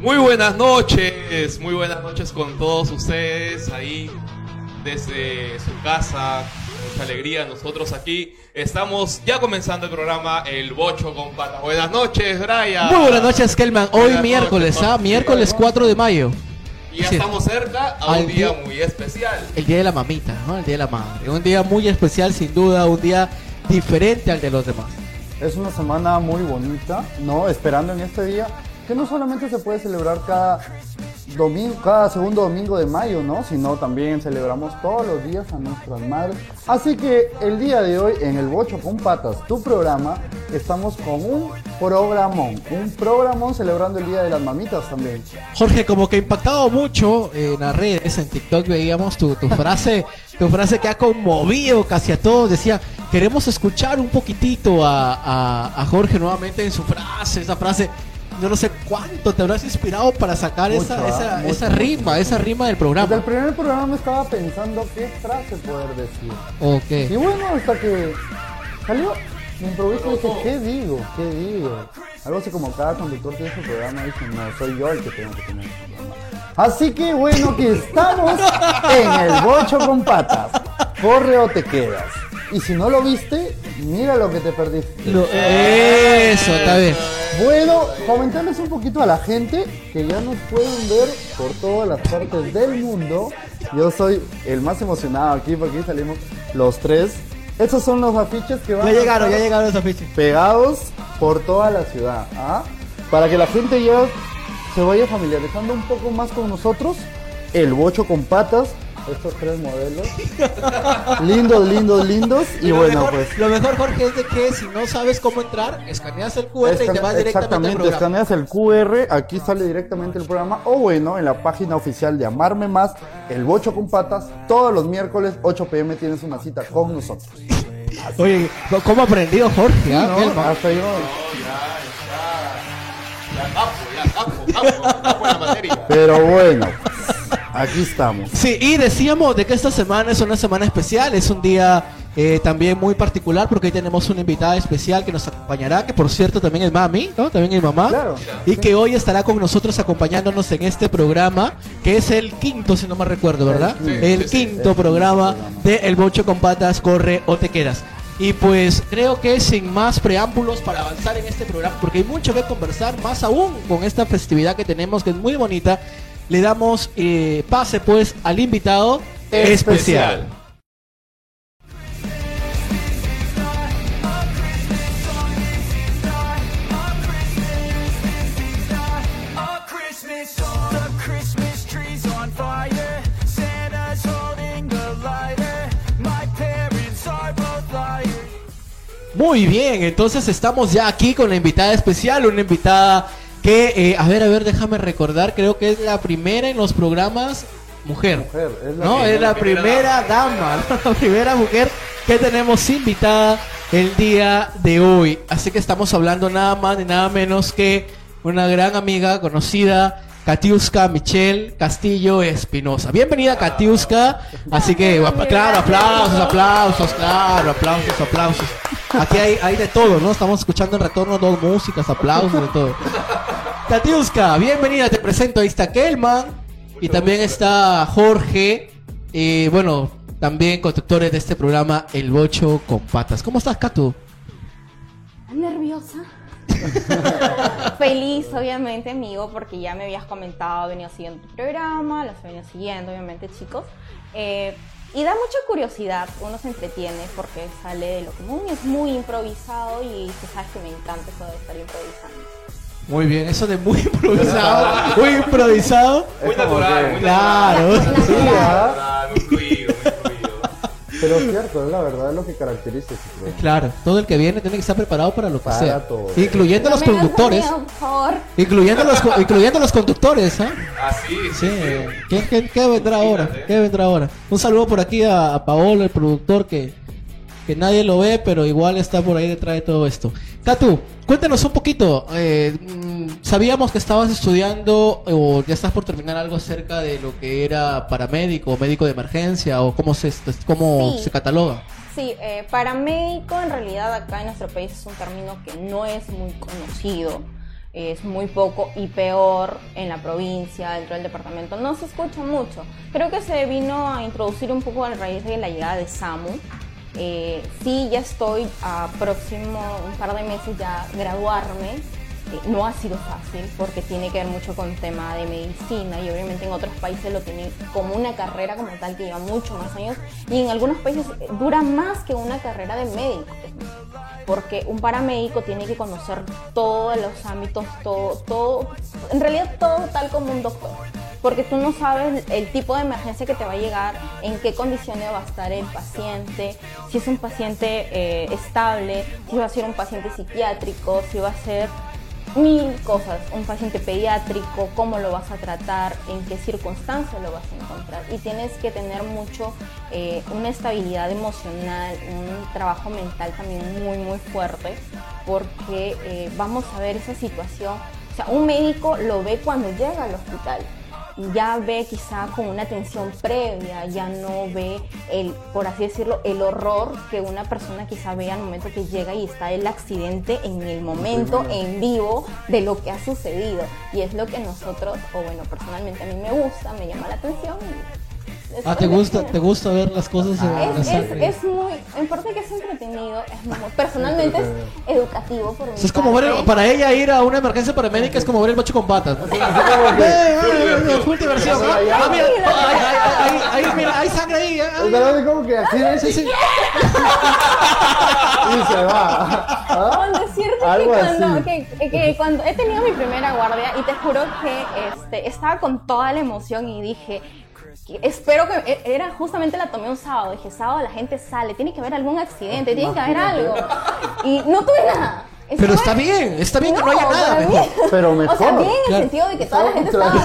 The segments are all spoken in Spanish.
Muy buenas noches con todos ustedes ahí desde su casa, con mucha alegría. Nosotros aquí estamos ya comenzando el programa El Bocho con Patas. Buenas noches, Brian. Muy buenas noches, Kelman. Hoy Buenas miércoles, noches, miércoles 4 de mayo. Y ya estamos cerca a un día muy especial. El día de la mamita, ¿no? El día de la madre. Un día muy especial, sin duda, un día diferente al de los demás. Es una semana muy bonita, ¿no? Esperando en este día, que no solamente se puede celebrar cada domingo, cada segundo domingo de mayo, ¿no? Sino también celebramos todos los días a nuestras madres. Así que el día de hoy, en El Bocho con Patas, tu programa, estamos con un programón celebrando el Día de las Mamitas también. Jorge, como que ha impactado mucho en las redes, en TikTok veíamos tu frase que ha conmovido casi a todos. Decía, queremos escuchar un poquitito a Jorge nuevamente en su frase, esa frase. Yo no sé cuánto te habrás inspirado para sacar esa rima del programa. Desde el primer programa estaba pensando qué frase poder decir. Ok. Y bueno, hasta que salió, me improviso y dije, ¿qué digo? Algo así como cada conductor tiene su programa y dice, no, soy yo el que tengo que tener el programa. Así que bueno, que estamos en El Bocho con Patas. Corre o te quedas. Y si no lo viste, mira lo que te perdiste. Eso, está bien. Bueno, comentarles un poquito a la gente que ya nos pueden ver por todas las partes del mundo. Yo soy el más emocionado aquí porque aquí salimos los tres. Estos son los afiches que van Ya llegaron los afiches. Pegados por toda la ciudad, ¿ah? Para que la gente ya se vaya familiarizando un poco más con nosotros. El Bocho con Patas. Estos tres modelos lindos y bueno, pues lo mejor, Jorge, es de que si no sabes cómo entrar, escaneas el QR y te vas directamente exactamente, al programa. escaneas el QR, aquí sale directamente el programa, o bueno, en la página oficial de Amarme Más, El Bocho con Patas, todos los miércoles 8 p.m. tienes una cita con nosotros. Oye, ¿cómo ha aprendido Jorge? No, hasta yo. Ya capo la materia. Pero bueno, aquí estamos. Sí, y decíamos de que esta semana es una semana especial, es un día también muy particular porque hoy tenemos una invitada especial que nos acompañará, que por cierto también es mami, ¿no? También es mamá. Claro. Y que hoy estará con nosotros acompañándonos en este programa, que es el quinto, si no me recuerdo, ¿verdad? El quinto programa de El Bocho con Patas, corre o te quedas. Y pues creo que sin más preámbulos para avanzar en este programa, porque hay mucho que conversar, más aún con esta festividad que tenemos, que es muy bonita, le damos pase pues al invitado especial. Muy bien, entonces estamos ya aquí con la invitada especial, una invitada que, a ver, déjame recordar, creo que es la primera en los programas mujer, es la primera dama, la primera mujer que tenemos invitada el día de hoy. Así que estamos hablando nada más ni nada menos que una gran amiga conocida, Katiuska Michelle Castillo Espinosa. Bienvenida, Katiuska. Así que, claro, aplausos. Aquí hay de todo, ¿no? Estamos escuchando en retorno dos músicas, aplausos, de todo. Katiuska, bienvenida, te presento. Ahí está Kelman y también está Jorge. Y bueno, también conductores de este programa El Bocho con Patas. ¿Cómo estás, Katu? Nerviosa. Feliz, obviamente, amigo, porque ya me habías comentado, venía siguiendo tu programa, los venía siguiendo, obviamente, chicos. Y da mucha curiosidad, uno se entretiene porque sale de lo común, es muy improvisado y tú sabes que me encanta eso de estar improvisando. Muy bien, eso de muy improvisado. Muy natural. Claro. Sí, Muy fluido. Pero es cierto, es la verdad, es lo que caracteriza este programa. Claro, todo el que viene tiene que estar preparado para lo que sea. Todo. Incluyendo los conductores. Por favor. Incluyendo los conductores, ¿eh? Sí. ¿Qué vendrá ahora? Un saludo por aquí a Paolo, el productor, que nadie lo ve, pero igual está por ahí detrás de todo esto. Katu, cuéntanos un poquito. Sabíamos que estabas estudiando o ya estás por terminar algo acerca de lo que era paramédico o médico de emergencia o cómo se cataloga. Sí, paramédico en realidad acá en nuestro país es un término que no es muy conocido. es muy poco, y peor en la provincia, dentro del departamento, no se escucha mucho. Creo que se vino a introducir un poco a raíz de la llegada de SAMU. Sí, ya estoy a próximo, un par de meses ya graduarme. No ha sido fácil porque tiene que ver mucho con el tema de medicina, y obviamente en otros países lo tienen como una carrera como tal que lleva muchos más años, y en algunos países dura más que una carrera de médico, porque un paramédico tiene que conocer todos los ámbitos, todo, en realidad todo tal como un doctor, porque tú no sabes el tipo de emergencia que te va a llegar, en qué condiciones va a estar el paciente, si es un paciente estable, si va a ser un paciente psiquiátrico, si va a ser mil cosas, un paciente pediátrico, cómo lo vas a tratar, en qué circunstancias lo vas a encontrar, y tienes que tener mucho una estabilidad emocional, un trabajo mental también muy fuerte, porque vamos a ver esa situación. O sea, un médico lo ve cuando llega al hospital, ya ve quizá con una atención previa, ya no ve por así decirlo, el horror que una persona quizá ve al momento que llega y está el accidente en el momento, en vivo, de lo que ha sucedido. Y es lo que nosotros, o bueno, personalmente a mí me gusta, me llama la atención. ¿Te gusta ver las cosas en la sangre? Es muy, en parte que es entretenido, personalmente es educativo por mi Es como ver, para ella ir a una emergencia paramédica es como ver el macho con patas. Full diversión. Mira, hay sangre ahí. Es como que así es. Sí. Y se va. Con decirte que cuando he tenido mi primera guardia, y te juro que estaba con toda la emoción y dije, espero que, era justamente la tomé un sábado, dije, sábado la gente sale, tiene que haber algún accidente, tiene que haber algo, y no tuve nada. Pero está bien que no haya nada, mejor. Pero mejor. O sea, bien en el sentido de que toda la gente estaba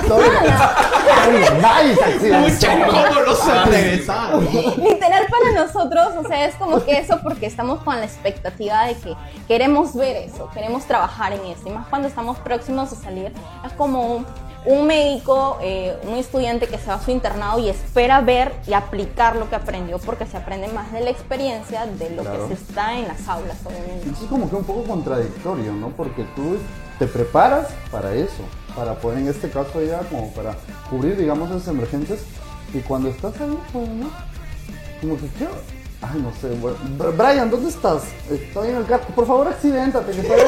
sana. Literal, para nosotros, o sea, es como que eso, porque estamos con la expectativa de que queremos ver eso, queremos trabajar en eso, y más cuando estamos próximos a salir, es como un médico, un estudiante que se va a su internado y espera ver y aplicar lo que aprendió, porque se aprende más de la experiencia de lo que se está en las aulas, obviamente. Es como que un poco contradictorio, ¿no? Porque tú te preparas para eso, para poder, en este caso ya, como para cubrir, digamos, esas emergencias, y cuando estás ahí, pues, ¿no? Como que quiero... Ay, no sé, bueno. Brian, ¿dónde estás? Estoy en el carro. Por favor, accidéntate, que estoy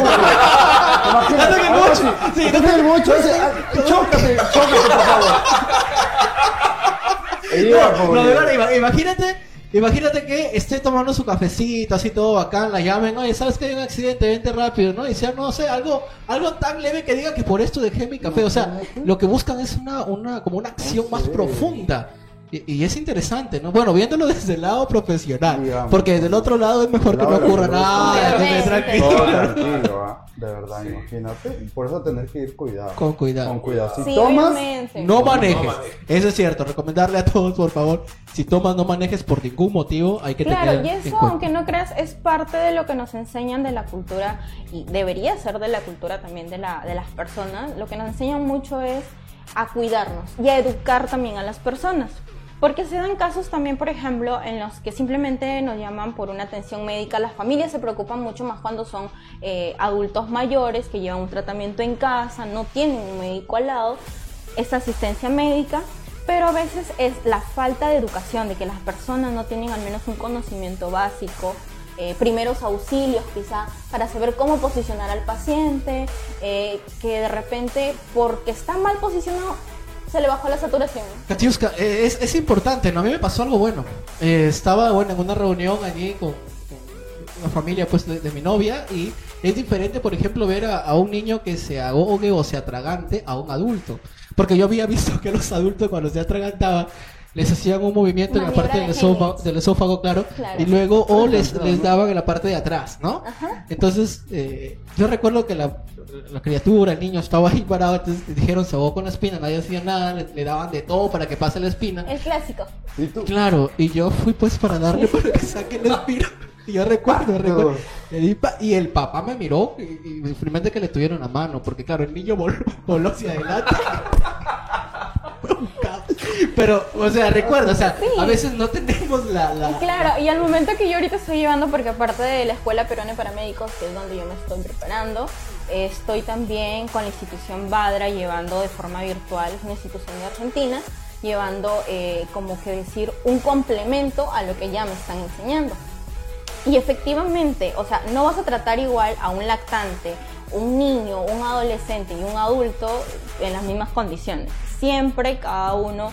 Imagínate mucho. Chócate, por favor. Imagínate que esté tomando su cafecito, así todo bacán, la llamen, oye, ¿sabes que hay un accidente? Vente rápido, ¿no? Y sea, no sé, algo tan leve que diga que por esto dejé mi café. O sea, lo que buscan es como una acción más profunda. Y es interesante, ¿no? Bueno, viéndolo desde el lado profesional, digamos, porque desde el otro lado es mejor que no ocurra nada, tranquilo, de verdad, imagínate. Por eso tener que ir cuidado. Con cuidado. Si tomas, no manejes. Eso es cierto, recomendarle a todos, por favor, si tomas no manejes por ningún motivo, hay que tener en cuenta. Y eso, aunque no creas, es parte de lo que nos enseñan de la cultura, y debería ser de la cultura también de las personas. Lo que nos enseñan mucho es a cuidarnos y a educar también a las personas. Porque se dan casos también, por ejemplo, en los que simplemente nos llaman por una atención médica. Las familias se preocupan mucho más cuando son adultos mayores que llevan un tratamiento en casa, no tienen un médico al lado, esa asistencia médica, pero a veces es la falta de educación, de que las personas no tienen al menos un conocimiento básico, primeros auxilios quizá, para saber cómo posicionar al paciente, que de repente, porque está mal posicionado, se le bajó la saturación. Katiuska, es importante, ¿no? A mí me pasó algo bueno. Estaba, en una reunión allí con una familia, pues, de mi novia, y es diferente, por ejemplo, ver a un niño que se ahogue o se atragante a un adulto. Porque yo había visto que los adultos, cuando se atragantaban, les hacían un movimiento en la parte del esófago, claro, y luego les daban en la parte de atrás, ¿no? Ajá. Entonces, yo recuerdo que la criatura, el niño, estaba ahí parado, entonces dijeron, se ahogó con la espina, nadie hacía nada, le daban de todo para que pase la espina. El clásico. ¿Y tú? Claro, y yo fui pues para darle para que saque la espina. Y yo recuerdo. Y el papá me miró y simplemente que le tuvieron la mano, porque claro, el niño voló hacia adelante. Pero, o sea, recuerda, o sea, Sí. a veces no tenemos la... Claro, y al momento que yo ahorita estoy llevando, porque aparte de la Escuela Peruana de Paramédicos, que es donde yo me estoy preparando, estoy también con la institución Badra llevando de forma virtual, es una institución de Argentina, llevando como que decir un complemento a lo que ya me están enseñando. Y efectivamente, o sea, no vas a tratar igual a un lactante, un niño, un adolescente y un adulto en las mismas condiciones. Siempre cada uno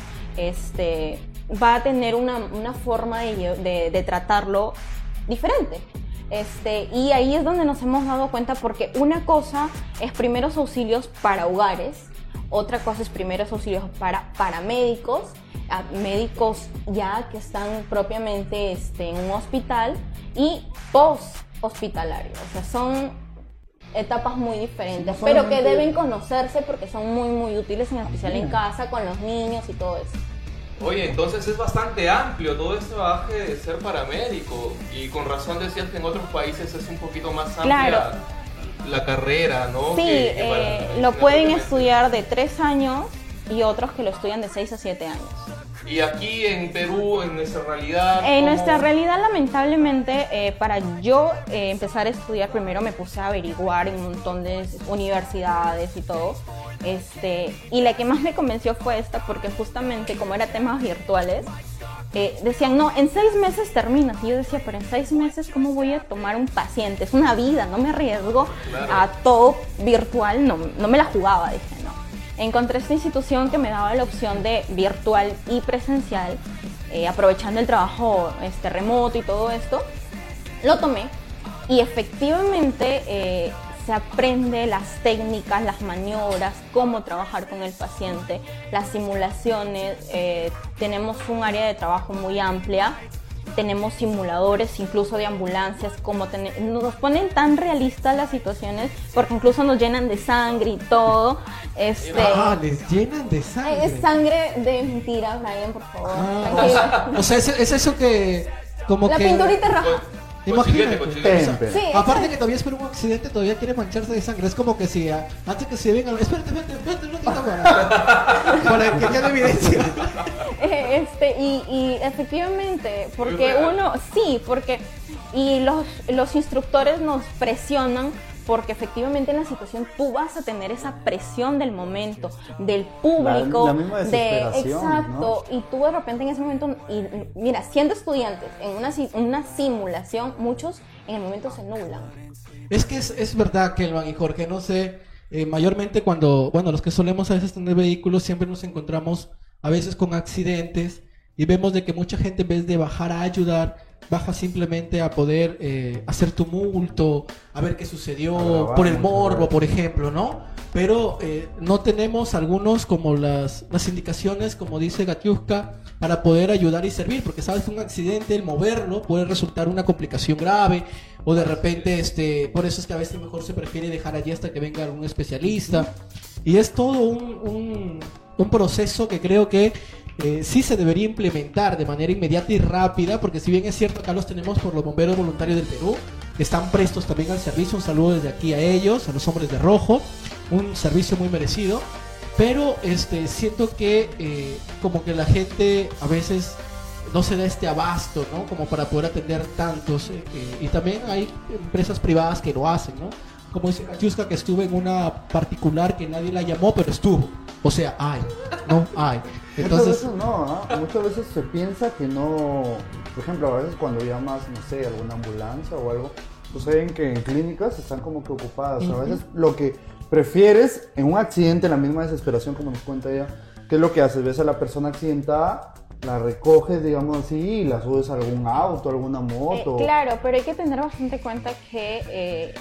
va a tener una forma de tratarlo diferente. Y ahí es donde nos hemos dado cuenta, porque una cosa es primeros auxilios para hogares, otra cosa es primeros auxilios para paramédicos, médicos ya que están propiamente en un hospital, y post-hospitalarios. O sea, son etapas muy diferentes, Sí, pero que deben conocerse porque son muy, muy útiles, en especial en casa, con los niños y todo eso. Oye, entonces es bastante amplio todo este bagaje de ser paramédico, y con razón decías que en otros países es un poquito más amplia Claro. la carrera, ¿no? Sí, Que para la medicina lo pueden propiamente. estudiar de 3 años y otros que lo estudian de 6 a 7 años. Y aquí en Perú, en nuestra realidad... En ¿cómo? nuestra realidad, lamentablemente, para yo empezar a estudiar, primero me puse a averiguar en un montón de universidades y todo. Y la que más me convenció fue esta, porque justamente como era temas virtuales, decían, no, en 6 meses terminas. Y yo decía, pero en 6 meses, ¿cómo voy a tomar un paciente? Es una vida, no me arriesgo Claro. a todo virtual, no me la jugaba, dije, no. Encontré esta institución que me daba la opción de virtual y presencial, aprovechando el trabajo remoto y todo esto. Lo tomé y efectivamente se aprende las técnicas, las maniobras, cómo trabajar con el paciente, las simulaciones. Tenemos un área de trabajo muy amplia. Tenemos simuladores incluso de ambulancias, nos ponen tan realistas las situaciones, porque incluso nos llenan de sangre y todo. Ah, les llenan de sangre. Es sangre de mentira, Brian, por favor. Ah, Tranquilo. o sea, es eso que... Como La que... pinturita roja. Imagínate. Cochilete. Sí, Aparte que todavía es por un accidente, todavía quiere mancharse de sangre. Es como que si antes que se venga... Espérate, no te para que quede evidencia. Y efectivamente, porque los instructores nos presionan, porque efectivamente en la situación tú vas a tener esa presión del momento, del público, La misma desesperación, exacto, ¿no? Y tú de repente en ese momento, y mira, siendo estudiantes en una simulación, muchos en el momento se nublan. Es que es verdad, Kelman y Jorge, no sé, mayormente cuando, los que solemos a veces tener vehículos, siempre nos encontramos a veces con accidentes y vemos de que mucha gente, en vez de bajar a ayudar, baja simplemente a poder hacer tumulto, a ver qué sucedió, por el morbo, por ejemplo, ¿no? Pero no tenemos algunos como las indicaciones, como dice Gatiuska, para poder ayudar y servir, porque sabes que un accidente, el moverlo, puede resultar una complicación grave, o de repente, por eso es que a veces mejor se prefiere dejar allí hasta que venga algún especialista, y es todo un proceso que creo que sí se debería implementar de manera inmediata y rápida, porque si bien es cierto, acá los tenemos por los bomberos voluntarios del Perú, que están prestos también al servicio, un saludo desde aquí a ellos, a los hombres de rojo, un servicio muy merecido, pero siento que como que la gente a veces no se da este abasto, ¿no? Como para poder atender tantos, y también hay empresas privadas que lo hacen, ¿no? Como dice Katiuska, que estuve en una particular que nadie la llamó, pero estuvo. O sea, hay, no hay. Entonces, muchas veces se piensa que no. Por ejemplo, a veces cuando llamas, no sé, alguna ambulancia o algo, suceden que en clínicas están como que ocupadas. A veces lo que prefieres en un accidente, la misma desesperación como nos cuenta ella, ¿qué es lo que haces? Ves a la persona accidentada, la recoges, digamos así, y la subes a algún auto, alguna moto. Claro, pero hay que tener bastante cuenta que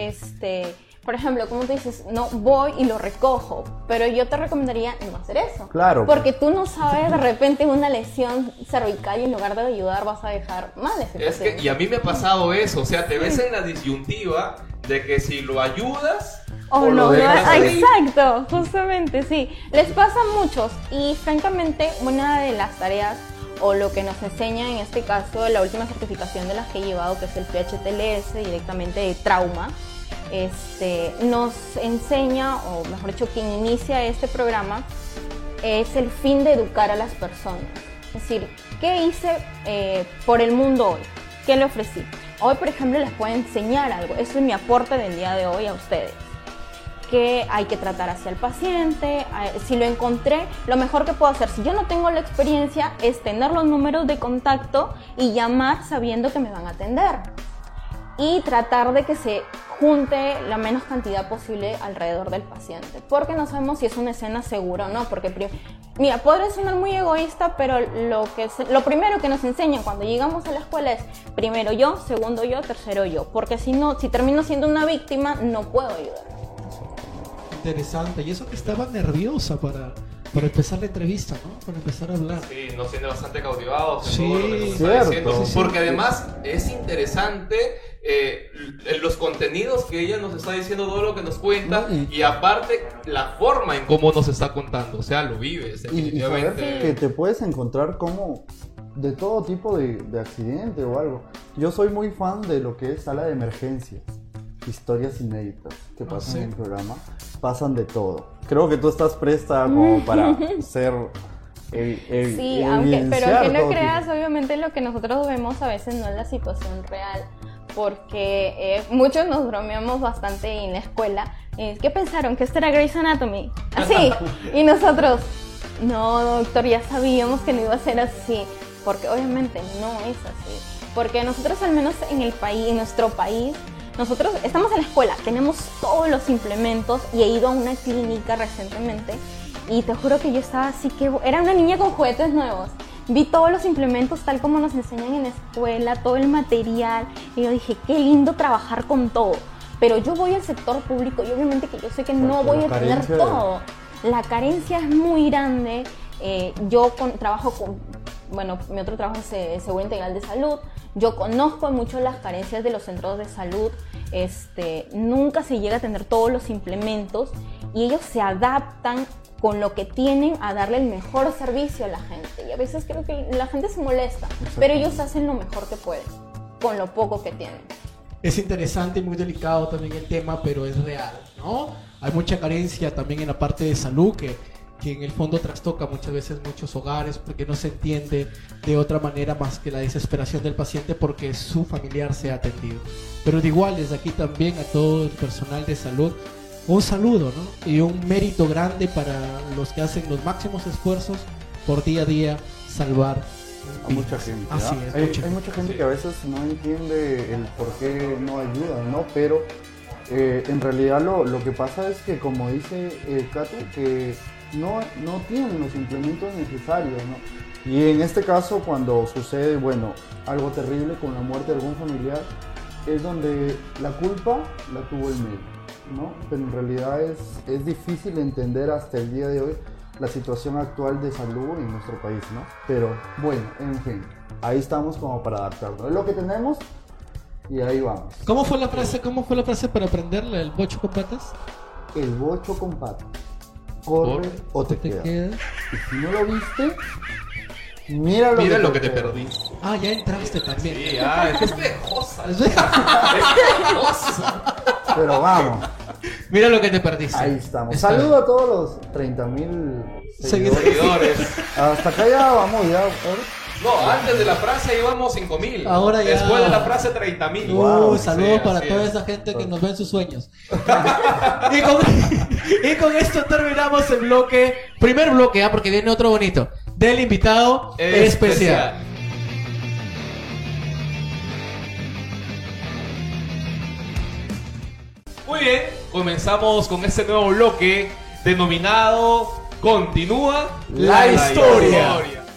por ejemplo, como tú dices, no voy y lo recojo, pero yo te recomendaría no hacer eso. Claro. Porque tú no sabes, de repente una lesión cervical y en lugar de ayudar vas a dejar mal a ese paciente. Y a mí me ha pasado eso, o sea, te ves en la disyuntiva de que si lo ayudas o lo no, dejas ahí. exacto, justamente, sí. Les pasa a muchos y francamente una de las tareas o lo que nos enseña en este caso, la última certificación de las que he llevado, que es el PHTLS, directamente de trauma, nos enseña, o mejor dicho, quien inicia este programa, es el fin de educar a las personas. Es decir, ¿qué hice por el mundo hoy? ¿Qué le ofrecí? Hoy, por ejemplo, les puedo enseñar algo. Eso es mi aporte del día de hoy a ustedes. Que hay que tratar hacia el paciente. Si lo encontré, lo mejor que puedo hacer, si yo no tengo la experiencia, es tener los números de contacto y llamar sabiendo que me van a atender. Y tratar de que se junte la menos cantidad posible alrededor del paciente. Porque no sabemos si es una escena segura o no. Porque, mira, podría sonar muy egoísta, pero lo primero que nos enseñan cuando llegamos a la escuela es primero yo, segundo yo, tercero yo. Porque si termino siendo una víctima, no puedo ayudar. Interesante, y eso que estaba nerviosa para empezar la entrevista, ¿no? Para empezar a hablar. Sí, nos tiene bastante cautivados en Sí, todo lo que nos está cierto. diciendo. Sí. Porque además es interesante los contenidos que ella nos está diciendo, todo lo que nos cuenta, y aparte la forma en cómo nos está contando. O sea, lo vives, Y saber definitivamente. que te puedes encontrar como de todo tipo de accidente o algo. Yo soy muy fan de lo que es sala de emergencias. Historias inéditas que pasan sí. en el programa. Pasan de todo. Creo que tú estás presta como para ser... Sí, pero aunque no creas, obviamente lo que nosotros vemos a veces no es la situación real, porque muchos nos bromeamos bastante en la escuela. ¿Qué pensaron? ¿Que esto era Grey's Anatomy? Así. Y nosotros, no, doctor, ya sabíamos que no iba a ser así, porque obviamente no es así. Porque nosotros, al menos en nuestro país, nosotros estamos en la escuela, tenemos todos los implementos, y he ido a una clínica recientemente y te juro que yo estaba así, que era una niña con juguetes nuevos. Vi todos los implementos tal como nos enseñan en la escuela, todo el material, y yo dije, qué lindo trabajar con todo. Pero yo voy al sector público y obviamente que yo sé que no voy a tener todo. La carencia es muy grande. Yo trabajo con... Bueno, mi otro trabajo es Seguro Integral de Salud. Yo conozco mucho las carencias de los centros de salud. Nunca se llega a tener todos los implementos y ellos se adaptan con lo que tienen a darle el mejor servicio a la gente. Y a veces creo que la gente se molesta, pero ellos hacen lo mejor que pueden con lo poco que tienen. Es interesante y muy delicado también el tema, pero es real, ¿no? Hay mucha carencia también en la parte de salud que en el fondo trastoca muchas veces muchos hogares porque no se entiende de otra manera más que la desesperación del paciente porque su familiar sea atendido. Pero de igual, desde aquí también a todo el personal de salud, un saludo, ¿no? Y un mérito grande para los que hacen los máximos esfuerzos por día a día salvar a mucha gente. Así ¿no? es, Hay mucha gente que a veces no entiende el por qué no ayudan, ¿no? Pero en realidad lo que pasa es que, como dice Katy, que no tienen los implementos necesarios, ¿no? Y en este caso, cuando sucede, bueno, algo terrible con la muerte de algún familiar, es donde la culpa la tuvo el médico, ¿no? Pero en realidad es difícil entender hasta el día de hoy la situación actual de salud en nuestro país, ¿no? Pero bueno, en fin, ahí estamos como para adaptarnos. Es lo que tenemos y ahí vamos. ¿Cómo fue la frase para aprenderle el bocho con patas? El bocho con patas. Corre o te quedas. Y si no lo viste, mira lo que te perdiste. Ah, ya entraste también. Sí, es pejosa. Es pejosa. Pero vamos, Mira lo que te perdiste. ahí estamos. Está Saludo a todos los 30,000 seguidores. Seguidores. Hasta acá ya vamos, ya. No, antes de la frase íbamos 5,000. Ahora ya. Después de la frase 30,000. Wow, saludos sí, para así toda es. esa gente que nos ve en sus sueños. y con esto terminamos el primer bloque, porque viene otro bonito, del invitado especial. Muy bien, comenzamos con este nuevo bloque denominado Continúa la historia.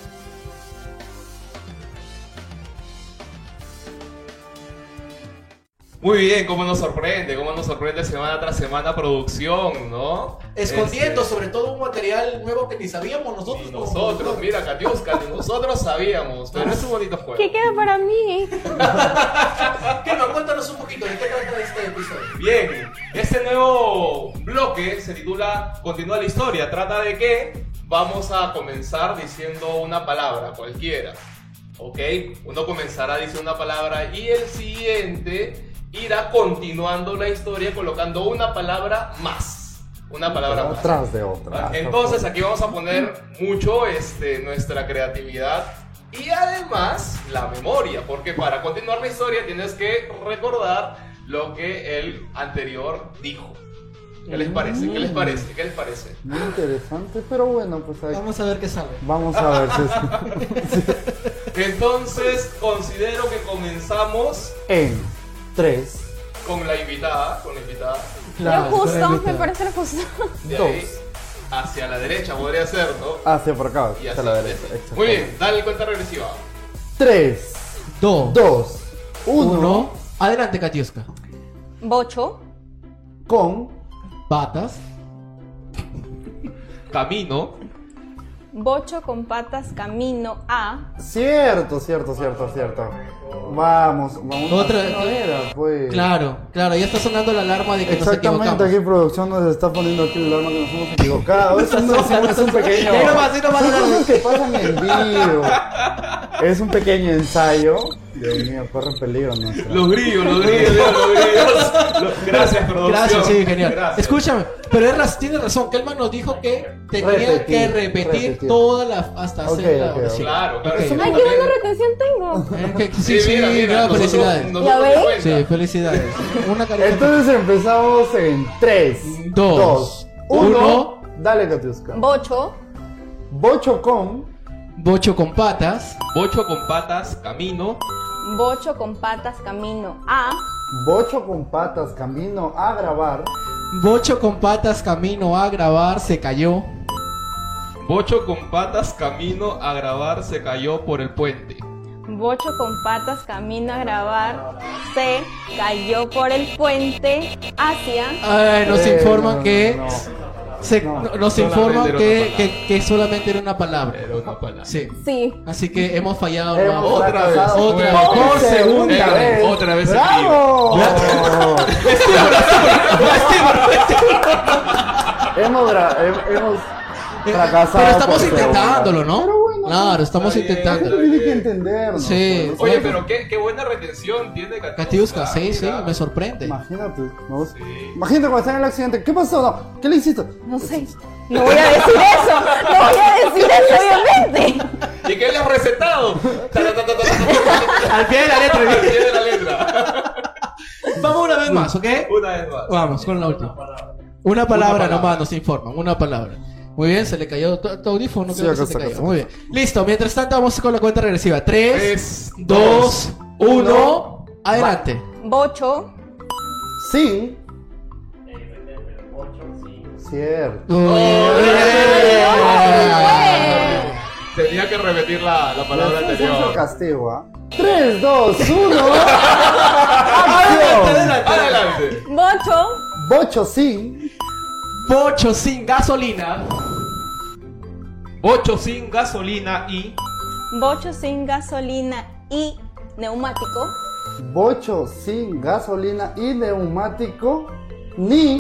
Muy bien, cómo nos sorprende semana tras semana producción, ¿no? Escondiendo sobre todo un material nuevo que ni sabíamos nosotros. Y nosotros, mira, Katiuska, ni nosotros sabíamos, pero es un bonito juego. ¿Qué queda para mí? Keno, cuéntanos un poquito de qué trata este episodio. Bien, este nuevo bloque se titula Continúa la historia. Trata de que vamos a comenzar diciendo una palabra, cualquiera. ¿Ok? Uno comenzará diciendo una palabra y el siguiente irá continuando la historia colocando una palabra más. Una palabra más. Tras de otra. Entonces aquí vamos a poner mucho nuestra creatividad y además la memoria, porque para continuar la historia tienes que recordar lo que el anterior dijo. ¿Qué les parece? ¿Qué les parece? ¿Qué les parece? Muy interesante, pero bueno, pues ahí. Vamos a ver qué sale. Vamos a ver si Entonces considero que comenzamos en 3, con la invitada, Lo justo, me parece lo justo. de ahí hacia la derecha podría ser, ¿no? hacia por acá, Y hacia así. la derecha. Muy bien, dale cuenta regresiva. 3, 2, 2, 1, 1. Adelante, Katiuska. Bocho, con Patas. Camino. bocho con patas, camino a. Cierto. Vamos. Otra- No era, pues. Claro, ya está sonando la alarma de que nos Exactamente, equivocamos. aquí producción nos está poniendo aquí el alarma que nos hemos equivocado. Es un pequeño. Ahí nomás, Son cosas que pasan en vivo. Es un pequeño ensayo. Dios mío, corre peligro nuestra. Los grillos. Gracias, producción. Gracias, sí, genial. Gracias. Escúchame, pero tiene razón. Kelman nos dijo que tenía que repetir toda la. Hasta Ok, hacer la ok, oración. Claro. Ok. Ay, qué buena retención tengo. Sí, mira, no, felicidades. ¿Ya ves? Sí, felicidades. Una carita. Entonces empezamos en 3, Dos, 2, 1. Dale, Katiuska. Bocho, Bocho con Bocho con patas. Bocho con patas, camino. bocho con patas, camino a. Bocho con patas, camino a grabar. Bocho con patas, camino a grabar, se cayó. Bocho con patas, camino a grabar, se cayó por el puente. Bocho con patas, camino a grabar, se cayó por el puente hacia. Ay, nos informan no, que. no. Nos informan Solamente era que solamente era una palabra. Era una palabra. Sí. Sí. Así que hemos fallado. Hemos nuevamente. fracasado Otra por vez. segunda vez. Otra vez. ¡Bravo! hemos fracasado. Pero estamos por intentándolo, segunda. ¿no? Pero bueno, Claro, estamos está bien. la gente intentándolo. tiene que entendernos. Sí. pues. Oye, pero qué buena retención tiene Katiuska, sí, Mira. me sorprende. Imagínate, ¿no? Sí. Imagínate cuando está en el accidente. ¿Qué pasó? No, ¿qué le hiciste? No sé. No voy a decir eso. No voy a decir eso, obviamente. ¿Y qué le has recetado? Al pie de la letra. Al pie de la letra. Vamos una vez más, ¿ok? Una vez más. Vamos con la última. Una palabra nomás nos informan, una palabra. Muy bien, se le cayó tu audífono. Sí, Creo que acá se te está, cayó. acá Muy bien. Listo, mientras tanto vamos con la cuenta regresiva. 3, Tres, 2, 1. Adelante. Bocho, Sí. Cierto. Tenía que repetir la palabra Después vamos al anterior. castigo, ¿ah? 3, 2, 1. Adelante. Adelante. bocho, Bocho sin. Bocho sin gasolina. Bocho sin gasolina y bocho sin gasolina y neumático. Bocho sin gasolina y neumático. Ni.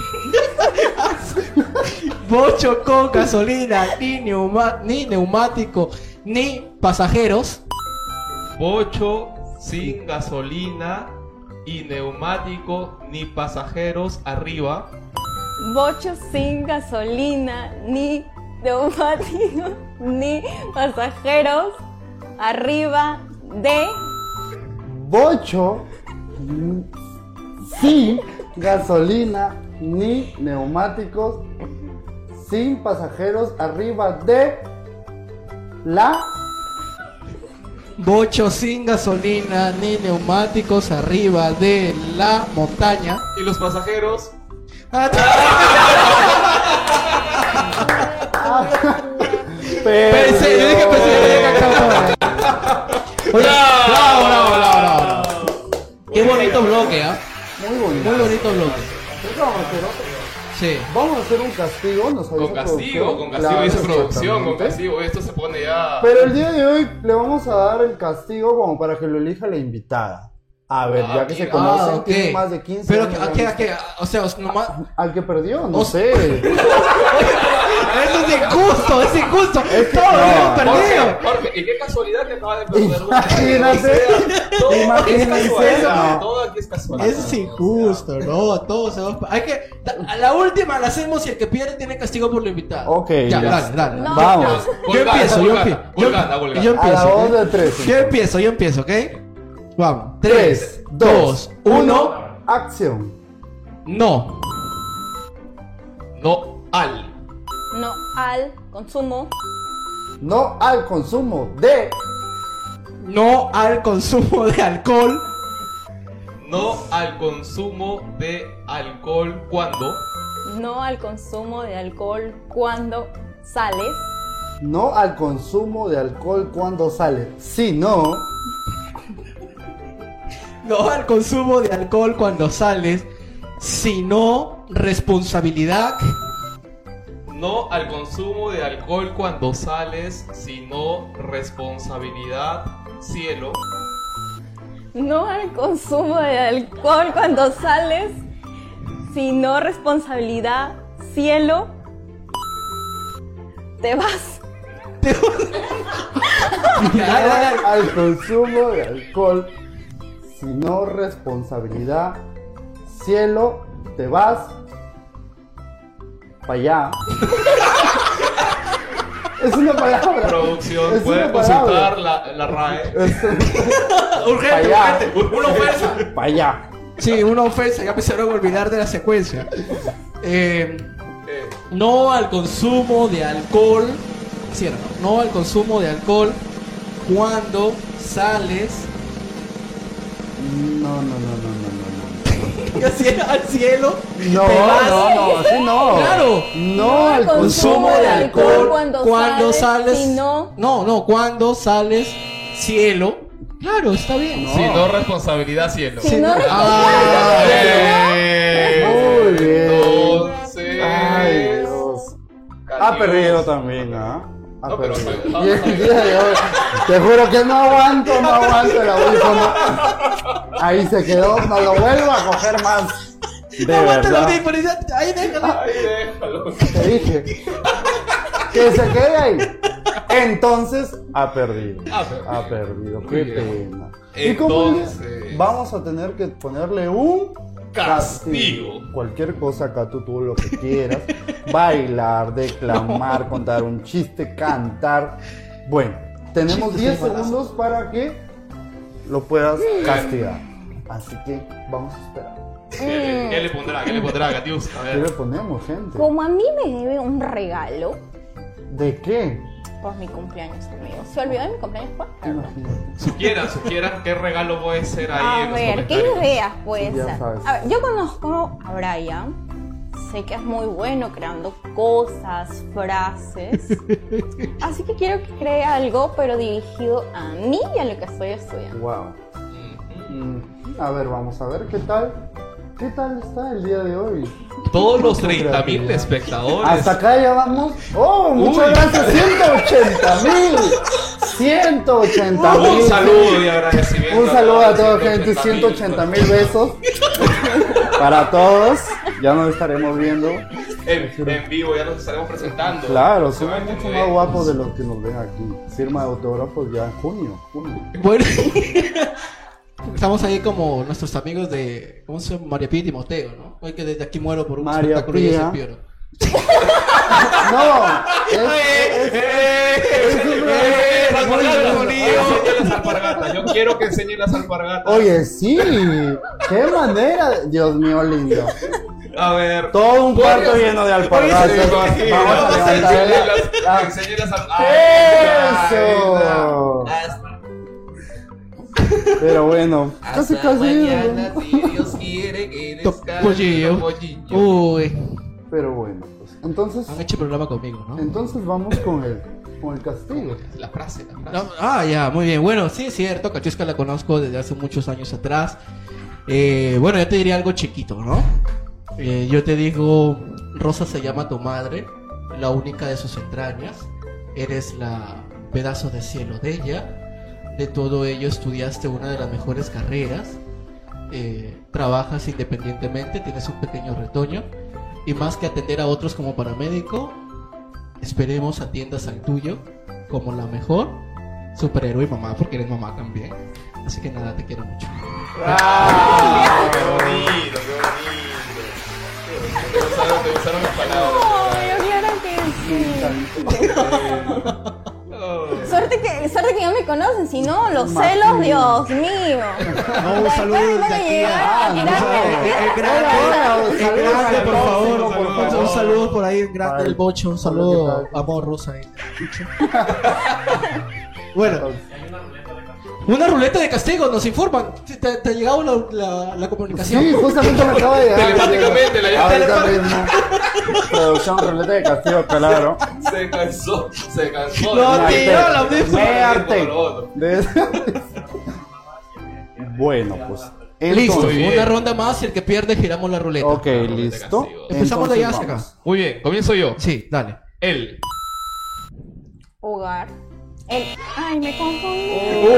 Bocho con gasolina, ni neumático, ni pasajeros. bocho sin gasolina y neumático ni pasajeros arriba. Bocho sin gasolina, ni neumáticos, ni pasajeros arriba de. Bocho sin gasolina ni neumáticos, sin pasajeros arriba de la. Bocho sin gasolina, ni neumáticos arriba de la montaña. Y los pasajeros. Pensé, yo dije que acababa. Oye, bravo. Qué bonito bloque, ¿ah? Muy bonito. Muy bonito bloque. ¿Qué vamos a hacer? Sí. Vamos a hacer un castigo, nos avisa Con castigo, producción. dice Claro, producción, con exactamente. castigo. Esto se pone ya. Pero el día de hoy le vamos a dar el castigo como para que lo elija la invitada. A ver, ya que se conocen, ok. tiene más de 15 Pero años. ¿a qué? O sea, nomás. Al que perdió, no O- sé. Eso es injusto, es injusto. Todos no. hemos perdido. Jorge, y qué casualidad que acaba de perder una. Imagínate. Todo aquí es Imagínense, casualidad. no. Todo aquí es casualidad. Eso es injusto, no, todos hemos... Hay que... A la última la hacemos y el que pierde tiene castigo por lo invitado. Ok, Ya, ya. dale. No. Vamos. Yo empiezo. Yo A la empiezo. voz ¿ok? de tres. Yo empiezo, ¿ok? Vamos. 3, 2, 1. 1. Acción. No. No al. No al consumo. No al consumo de. No al consumo de alcohol. No al consumo de alcohol cuando. No al consumo de alcohol cuando sales. No al consumo de alcohol cuando sale. Si no. No al consumo de alcohol cuando sales. Sino responsabilidad. No al consumo de alcohol cuando sales, sino responsabilidad, cielo. No al consumo de alcohol cuando sales, sino responsabilidad, cielo. Te vas. No al consumo de alcohol. Sino responsabilidad. Cielo. Te vas. Para allá. Es una palabra. Producción, Es puede una consultar palabra. la RAE. Urgente, Allá. urgente. Una ofensa. Para allá. Sí, una ofensa. Ya empezaron a olvidar de la secuencia. No al consumo de alcohol. Cierra. No al consumo de alcohol cuando sales No. al cielo. No, te vas. no, así no. Claro. No al consumo de alcohol. Cuando sales. sino No, cuando sales cielo. Claro, está bien. No. Si no responsabilidad, cielo. Si no Ah, Muy bien. Entonces. Ay, Dios. Ha perdido también, ¿ah? Ha No, pero- perdido. Y el día de hoy, te juro que no aguanto el audífono. Ahí se quedó, no lo vuelvo a coger más. De aguanta el verdad. audífono, ahí déjalo. Ay, déjalo. Te dije que se quede ahí. Entonces ha perdido. Ha perdido. Qué Muy bien. pena. ¿Y cómo Entonces- vamos a tener que ponerle un Castigo. Cualquier cosa acá tú lo que quieras. Bailar, declamar, contar un chiste, cantar. Bueno, tenemos Chistes 10 y balazos. segundos para que lo puedas castigar. Así que vamos a esperar. ¿Qué le pondrá? ¿Qué le pondrá, Gatius? A ¿Qué le ver. ponemos, gente? como a mí me debe un regalo ¿De qué? por mi cumpleaños, amigos. ¿Se olvidó de mi cumpleaños? ¿Cuál? Imagínate. Sugieran qué regalo puede ser ahí A en los ver, ¿qué comentarios. ideas puede Ya ser? sabes. A ver, yo conozco a Brian. Sé que es muy bueno creando cosas, frases. Así que quiero que cree algo, pero dirigido a mí y a lo que estoy estudiando. Wow. Ujú. A ver, vamos a ver qué tal. ¿Qué tal está el día de hoy? Todos los Mucha 30.000 creatividad. espectadores. Hasta acá ya vamos. ¡Oh, muchas Uy. gracias! 180,000. 180,000. Un saludo y agradecimiento. Un saludo a toda la 180,000. gente. 180,000 besos. Para todos. Ya nos estaremos viendo. En vivo ya nos estaremos presentando. Claro, Se va somos a mucho entender. más guapos de los que nos ven aquí. Firma de autógrafos ya en junio. Bueno, estamos ahí como nuestros amigos de, ¿cómo se llama? María Pía y Timoteo, ¿no? Hoy que desde aquí muero por un María espectáculo y Pía. ese pioro. No, Enseñe las alpargatas. Yo quiero que enseñe las alpargatas. Oye, sí. Qué manera. Dios mío, lindo. A ver. Todo un cuarto lleno de alpargatas. Sí, Vamos a levantar la- enseñe las Eso. Pero bueno, casi Mañana, casi. si Dios quiere que descanse Pollillo. pollillo. Uy, Pero bueno, pues. Entonces han hecho programa conmigo, ¿no? vamos con el castigo. La frase. Ah, ya, muy bien. Bueno, sí es cierto, Cachusca la conozco desde hace muchos años atrás. Bueno, yo te diría algo chiquito, ¿no? Yo te digo, Rosa se llama tu madre, la única de sus entrañas. Eres la pedazo de cielo de ella. De todo ello estudiaste una de las mejores carreras. Trabajas independientemente, tienes un pequeño retoño. Y más que atender a otros como paramédico, esperemos atiendas al tuyo como la mejor superhéroe mamá, porque eres mamá también. Así que nada, te quiero mucho. ¡Qué bonito, qué bonito! Te gustaron las palabras. Yo quiero que sí. Suerte que ya me conocen, si no, los celos, Dios mío. No, un saludo desde aquí el grande, por favor. Un saludo por ahí, el grande del Bocho. Un saludo, amor, Rosa. Bueno, una ruleta de castigo, nos informan. ¿Te ha llegado la comunicación? Sí, justamente me acaba de llegar. Telemáticamente la llama. Ahorita mismo. Producción, ruleta de castigo, claro. Se cansó. No, tío, la misma. Me harté. Bueno, pues. Listo, bien. una ronda más y el que pierde giramos la ruleta. Ok, listo. Empezamos de allá Entonces, hacia acá. vamos. Muy bien, comienzo yo. Sí, dale. Él. Hogar. Ay, me confundí.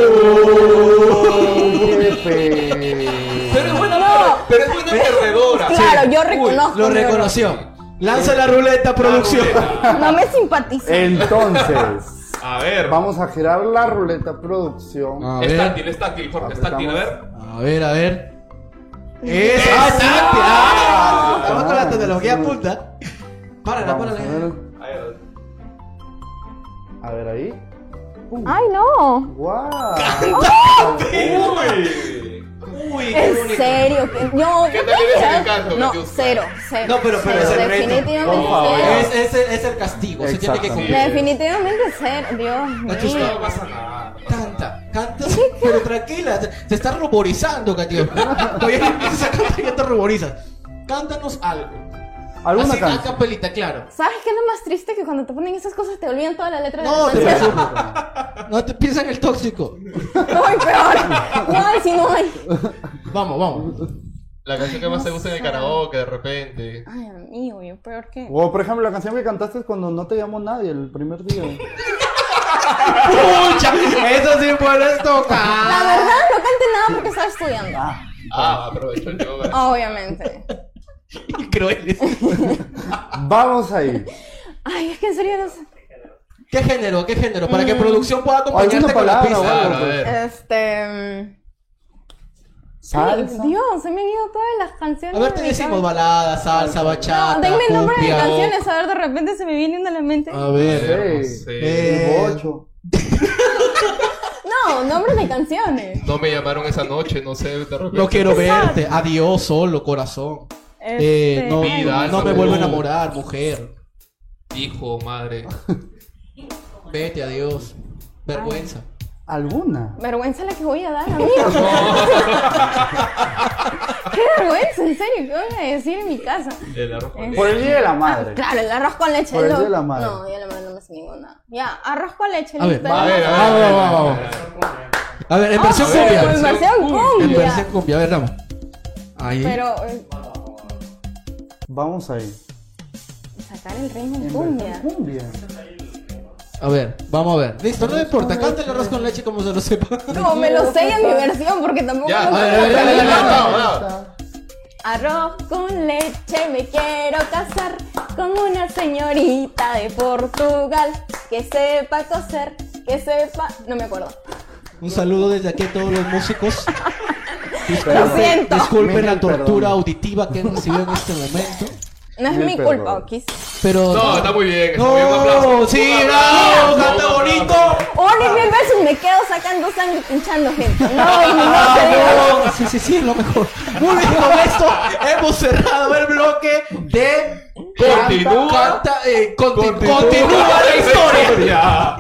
Qué feo. Pero es buena, No. pero es buena perdedora. Claro, yo reconozco. Lo mi error. reconoció. Lanza la ruleta, producción. No me simpatiza. Entonces, A ver. vamos a girar la ruleta producción. A Es ver, táctil, Jorge, es táctil. A ver. a ver. Es táctil. Vamos con la tecnología punta. Párala. Vamos a ver. A ver ahí. Ay, no. ¡Guau! Uy. En serio. ¿Qué tal eres en el canto, No, Katiuska? cero. No, pero Cero, es el reto. definitivamente Por favor. cero. Es el castigo, se tiene que Exacto. cumplir. Definitivamente cero. Dios Katiuska, mío. No pasa nada. Canta, pero tranquila, te estás ruborizando, Katiuska. Todavía no empiezas a cantar y ya te ruborizas. Cántanos algo. ¿Alguna Así, a canción? capelita, claro. ¿Sabes qué es lo más triste? Que cuando te ponen esas cosas te olvidan toda la letra de No, la te canción. preocupes. No te piensa en el tóxico. No hay peor. No hay, si no hay. Vamos. La canción que más te gusta en el karaoke, de repente. Ay, amigo, yo peor que. O por ejemplo, la canción que cantaste es cuando no te llamó nadie el primer día. ¡Pucha! Eso sí puedes La tocar. verdad, no canté nada porque estaba estudiando. Aprovecho el tema. Obviamente. Crueles. Vamos ahí. Ay, es que en serio no sé. ¿Qué género? Para que producción pueda acompañarte ¿Alguna con la palabra o pista. algo? Claro, a ver. Ay, Salsa. Dios, se me han ido todas las canciones. A ver, de te mi decimos cabeza. balada, salsa, bachata, No, denme el nombre de cumbia. canciones, a ver, de repente se me viene una a la mente. A ver. Sí. No sé. El bocho. No, nombres de canciones. No me llamaron esa noche, no sé, de repente. No quiero verte. Adiós, solo, corazón. No, Vida, no me salud. vuelvo a enamorar, mujer. Hijo, madre. Vete, adiós. Vergüenza. ¿Alguna? Vergüenza la que voy a dar, amigo. Qué vergüenza, en serio, ¿qué voy a decir en mi casa? El arroz con Por el día de la madre. Ah, claro, el arroz con leche. Por el lo- Día de la Madre. No, yo la madre no me sé ninguna. Ya, arroz con leche. A ver, listo. A ver, Vamos. A ver, en versión Sí, cumbia. en versión En cumbia. versión cumbia, a ver, dame. Ahí. Pero Vamos ahí. sacar el ritmo en En cumbia. versión cumbia. A ver, vamos a ver. Listo, no me importa. Canta el arroz con leche como se lo sepa. No, me lo sé en mi versión porque tampoco Ya, me a ver, dale. Vamos. Arroz con leche, me quiero casar con una señorita de Portugal que sepa coser, que sepa... No me acuerdo. Un saludo desde aquí a todos los músicos. Lo siento. Disculpen la Mil tortura perdón. auditiva que han recibido en este momento. No es Mil mi perdón. culpa, Okis. Pero. No, está muy bien, está muy bien, un aplauso. No, sí, Un bravo, aplauso, canta un bonito. aplauso. Una y mil veces me quedo sacando sangre y pinchando gente. No, y no se diga. Sí, es lo mejor. Muy bien, con esto hemos cerrado el bloque de. Continúa. Continúa la historia.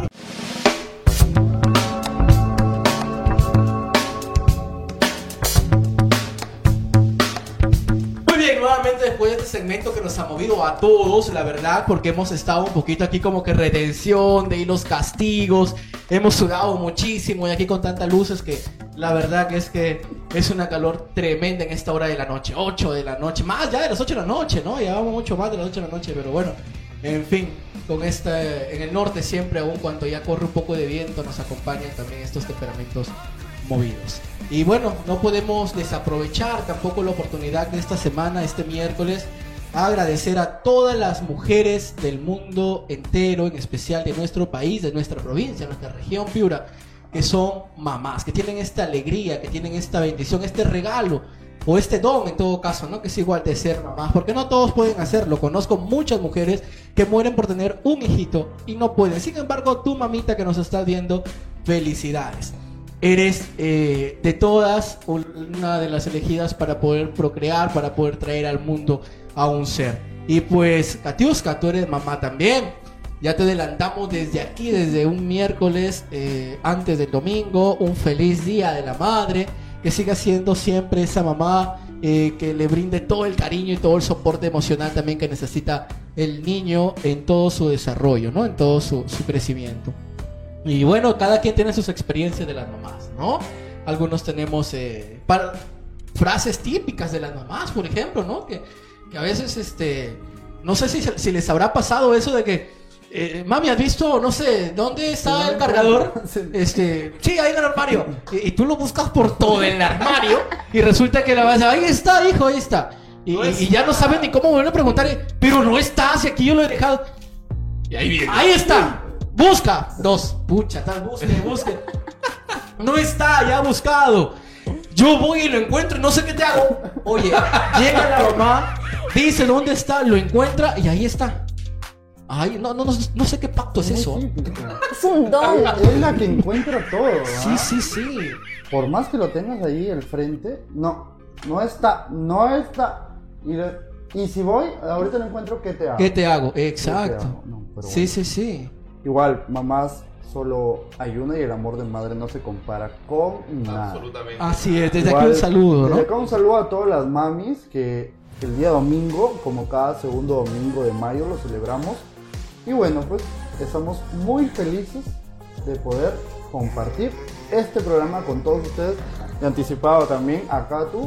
Muy bien, nuevamente después de este segmento que nos ha movido a todos, la verdad, porque hemos estado un poquito aquí como que redención, de ahí los castigos, hemos sudado muchísimo y aquí con tantas luces que la verdad que es una calor tremenda en esta hora de la noche, 8 de la noche, más ya de las 8 de la noche, ¿no? Llevamos mucho más de las 8 de la noche, pero bueno, en fin, con en el norte siempre, aún cuando ya corre un poco de viento, nos acompañan también estos temperamentos movidos. Y bueno, no podemos desaprovechar tampoco la oportunidad de esta semana, este miércoles, agradecer a todas las mujeres del mundo entero, en especial de nuestro país, de nuestra provincia, nuestra región Piura, que son mamás, que tienen esta alegría, que tienen esta bendición, este regalo, o este don en todo caso, ¿no? Que es igual de ser mamás, porque no todos pueden hacerlo. Conozco muchas mujeres que mueren por tener un hijito y no pueden. Sin embargo, tu mamita que nos estás viendo, felicidades. Eres de todas una de las elegidas para poder procrear, para poder traer al mundo a un ser. Y pues, Katiuska, tú eres mamá también. Ya te adelantamos desde aquí, desde un miércoles antes del domingo, un feliz día de la madre. Que siga siendo siempre esa mamá que le brinde todo el cariño y todo el soporte emocional también que necesita el niño en todo su desarrollo, ¿no? En todo su crecimiento. Y bueno, cada quien tiene sus experiencias de las mamás, ¿no? Algunos tenemos frases típicas de las mamás, por ejemplo, ¿no? Que a veces, no sé si les habrá pasado eso de que mami, ¿has visto, no sé, dónde está el cargador? Sí, ahí en el armario. Y tú lo buscas por todo el armario y resulta que la vas a decir, ahí está, hijo, ahí está. Y ya no saben ni cómo volver a preguntar, pero no está, si aquí yo lo he dejado. Y ahí viene. Ahí está, busca. Pucha, busquen. No está, ya ha buscado. Yo voy y lo encuentro y no sé qué te hago. Oye, llega la mamá, dice dónde está, lo encuentra y ahí está. Ay, no sé qué pacto es eso. Es un don. Es la que encuentra todo. Sí. Por más que lo tengas ahí al frente, no está. Y si voy, ahorita lo encuentro, ¿qué te hago? ¿Qué te hago? Exacto. No, pero Sí, bueno. sí. Igual, mamás solo hay una y el amor de madre no se compara con nada. Absolutamente. Así es, desde Igual, aquí un saludo, desde ¿no? acá un saludo a todas las mamis que el día domingo, como cada segundo domingo de mayo, lo celebramos. Y bueno, pues estamos muy felices de poder compartir este programa con todos ustedes. De anticipado también acá tú.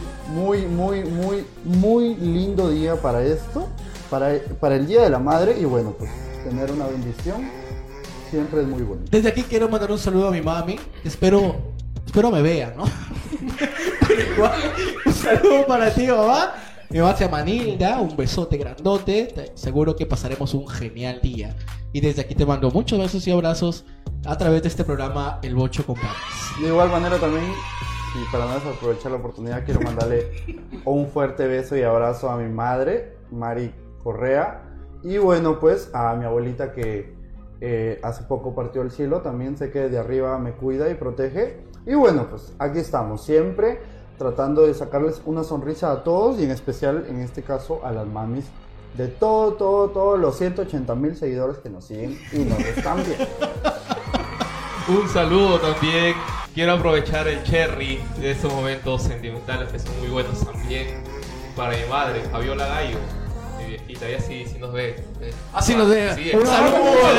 Muy lindo día para esto, para el Día de la Madre. Y bueno, pues tener una bendición siempre es muy bonito. Desde aquí quiero mandar un saludo a mi mami. Espero me vea, ¿no? Pero igual, un saludo para ti, mamá. Mi mamá se llama Nilda, un besote grandote. Seguro que pasaremos un genial día. Y desde aquí te mando muchos besos y abrazos a través de este programa El Bocho con Papas. De igual manera también, y para no desaprovechar la oportunidad, quiero mandarle un fuerte beso y abrazo a mi madre, Mari Correa. Y bueno, pues a mi abuelita que hace poco partió al cielo. También sé que desde arriba me cuida y protege. Y bueno, pues aquí estamos siempre tratando de sacarles una sonrisa a todos y en especial, en este caso, a las mamis de todos los 180,000 seguidores que nos siguen y nos están viendo. Un saludo también. Quiero aprovechar el cherry de estos momentos sentimentales que son muy buenos también para mi madre, Fabiola Gallo, mi viejita. Ella sí nos ve. Así nos ve. Sí, Un saludo.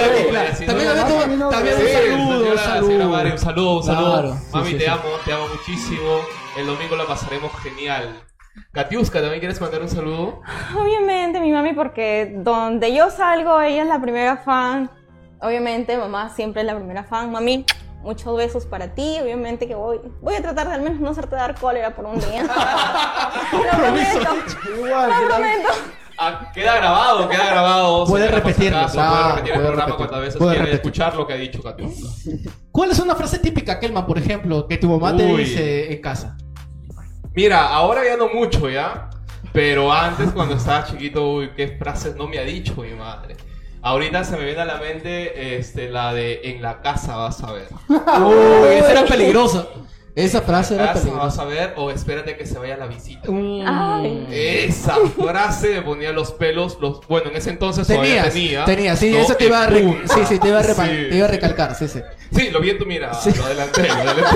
Un saludo. Claro, Mami, sí, te amo muchísimo. El domingo la pasaremos genial. Katiuska, ¿también quieres mandar un saludo? Obviamente mi mami, porque donde yo salgo ella es la primera fan. Obviamente mamá siempre es la primera fan. Mami, muchos besos para ti. Obviamente que voy a tratar de al menos no hacerte dar cólera por un día. Lo prometo. Queda grabado. Puede repetirlo. Puede repetir el programa cuantas veces quiere escuchar lo que ha dicho Katiuska. ¿Cuál es una frase típica, Kelman, por ejemplo, que tu mamá te dice en casa? Mira, ahora ya no mucho, ¿ya? Pero antes, cuando estaba chiquito, qué frases no me ha dicho mi madre. Ahorita se me viene a la mente la de en la casa vas a ver. Esa era peligrosa. Esa frase era peligrosa. Vas a ver o espérate que se vaya la visita. Ay. Esa frase me ponía los pelos. Bueno, en ese entonces todavía tenía. Sí, ¿no? eso te iba a Sí. te iba a recalcar, sí. Sí, lo vi en tu mirada, Sí. lo adelanté.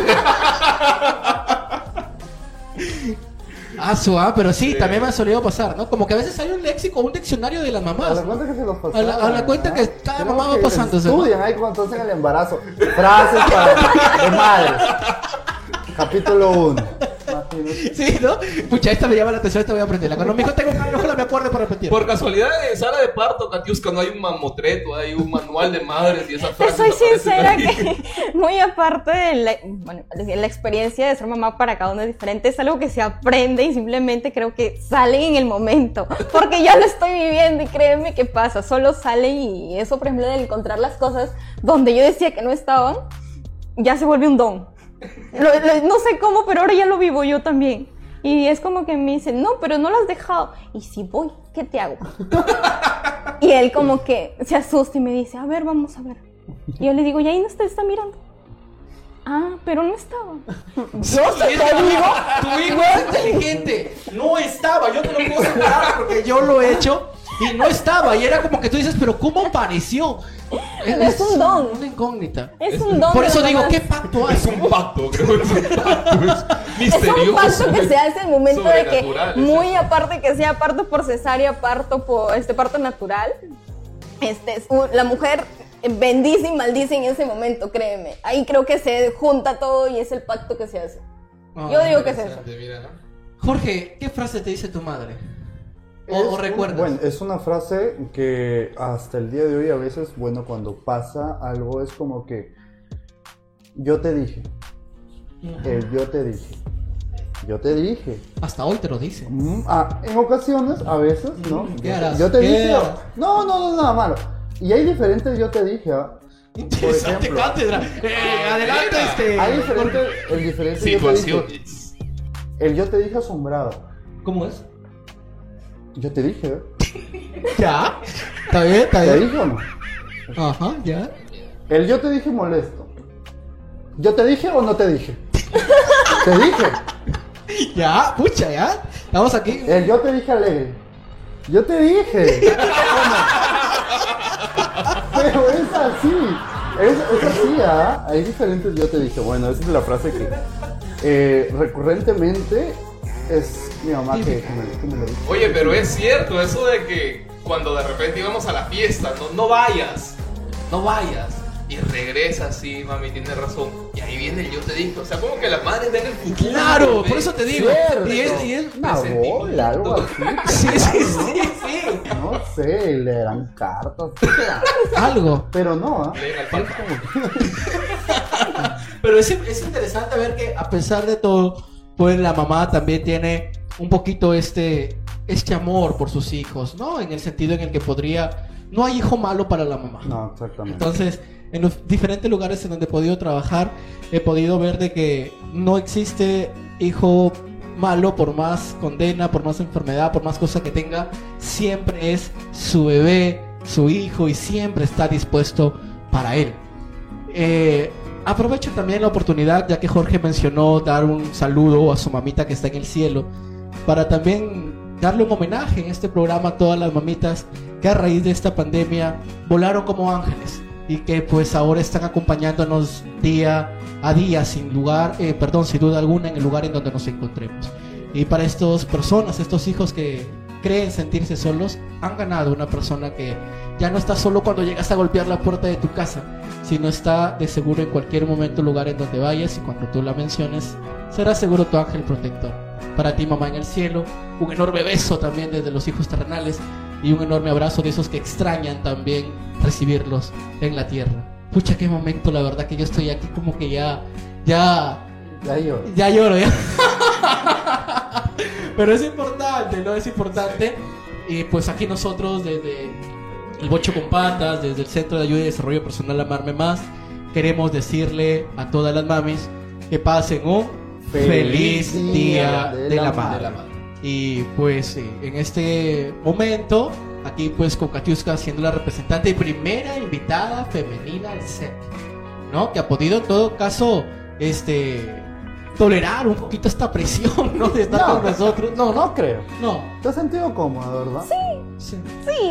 Pero sí, también me ha solido pasar, ¿no? Como que a veces hay un léxico, un diccionario de las A mamás. la ¿no? cuenta que se los A la cuenta que cada mamá va pasándose, ¿no? Estudian ahí cuando están en el embarazo. Frases de madres. Capítulo 1. Sí, ¿no? Pucha, esta me llama la atención, esta voy a aprenderla. Cuando mi hijo tengo un año, ojalá me acuerde para repetir. Por casualidad, en sala de parto, Katiuska, no hay un mamotreto, hay un manual de madres y esas frases. Soy sincera que, muy aparte de la experiencia de ser mamá para cada uno es diferente, es algo que se aprende y simplemente creo que sale en el momento. Porque ya lo estoy viviendo y créeme que pasa, solo sale y eso, por ejemplo, de encontrar las cosas donde yo decía que no estaban, ya se vuelve un don. No sé cómo, pero ahora ya lo vivo yo también. Y es como que me dice, no, pero no lo has dejado. Y si voy, ¿qué te hago? Y él como que se asusta y me dice, a ver, vamos a ver. Y yo le digo, y ahí no te está mirando. Ah, pero no estaba. Yo te digo, tu hijo es inteligente. No estaba, yo te lo puedo separar porque yo lo he hecho. Y no estaba, y era como que tú dices, pero ¿cómo apareció? Es un don. Una incógnita. Es un don. Por eso digo, ¿qué pacto hay? Es un pacto, creo. Es un pacto. Es misterioso. Es un pacto que se hace en el momento de que, muy eso. aparte que sea parto por cesárea, parto por parto natural, la mujer bendice y maldice en ese momento, créeme. Ahí creo que se junta todo y es el pacto que se hace. Yo digo que es eso. Mira. Jorge, ¿qué frase te dice tu madre? ¿O recuerdas? Bueno, es una frase que hasta el día de hoy a veces, bueno, cuando pasa algo es como que yo te dije, yo te dije. Hasta hoy te lo dice. En ocasiones, a veces, ¿no? ¿Qué harás? Yo te ¿Qué dije, harás? no, nada malo. Y hay diferentes yo te dije, ¿ah? Por Interesante ejemplo, cátedra. Adelante, hay diferentes, el diferente Situaciones. el yo te dije asombrado. ¿Cómo es? Yo te dije, ¿eh? ¿Ya? ¿Está bien? ¿Está ¿Te bien? dije o no? Ajá, ya. El yo te dije molesto. ¿Yo te dije o no te dije? Te dije. Ya, pucha, ya. Estamos aquí. El yo te dije alegre. Yo te dije. Pero es así. Es así, ¿ah? Hay diferentes yo te dije. Bueno, esa es la frase que recurrentemente es mi mamá que me lo dice. Oye, pero es cierto eso de que cuando de repente íbamos a la fiesta, no vayas. Y regresa, sí, mami, tienes razón. Y ahí viene el yo te dije. O sea, como que las madres ven el futuro. Claro, ¿ves? por eso te digo. Cierto. Y es Una bola, algo así. Sí. No sé, le dan cartas. Algo. Pero no, ¿ah? Leen al Es Papa. como que- Pero es interesante ver que a pesar de todo, pues la mamá también tiene un poquito este amor por sus hijos, ¿no? En el sentido en el que no hay hijo malo para la mamá. No, exactamente. Entonces, en los diferentes lugares en donde he podido trabajar, he podido ver de que no existe hijo malo por más condena, por más enfermedad, por más cosa que tenga. Siempre es su bebé, su hijo y siempre está dispuesto para él. Aprovecho también la oportunidad, ya que Jorge mencionó dar un saludo a su mamita que está en el cielo, para también darle un homenaje en este programa a todas las mamitas que a raíz de esta pandemia volaron como ángeles y que pues ahora están acompañándonos día a día sin duda alguna en el lugar en donde nos encontremos. Y para estas personas, estos hijos que creen sentirse solos, han ganado una persona que ya no está solo cuando llegas a golpear la puerta de tu casa, sino está de seguro en cualquier momento, lugar en donde vayas, y cuando tú la menciones, será seguro tu ángel protector. Para ti, mamá en el cielo, un enorme beso también desde los hijos terrenales y un enorme abrazo de esos que extrañan también recibirlos en la tierra. Pucha, qué momento, la verdad que yo estoy aquí como que ya lloro, ya. Pero es importante, ¿no? Es importante. Y pues aquí nosotros desde el Bocho con Patas, desde el Centro de Ayuda y Desarrollo Personal Amarme Más, queremos decirle a todas las mamis que pasen un feliz Día de la Madre. Y pues en este momento, aquí pues con Katiuska siendo la representante y primera invitada femenina al set, ¿no? Que ha podido en todo caso tolerar un poquito esta presión, ¿no? De estar con nosotros. No creo. No. ¿Te has sentido cómoda, verdad? Sí.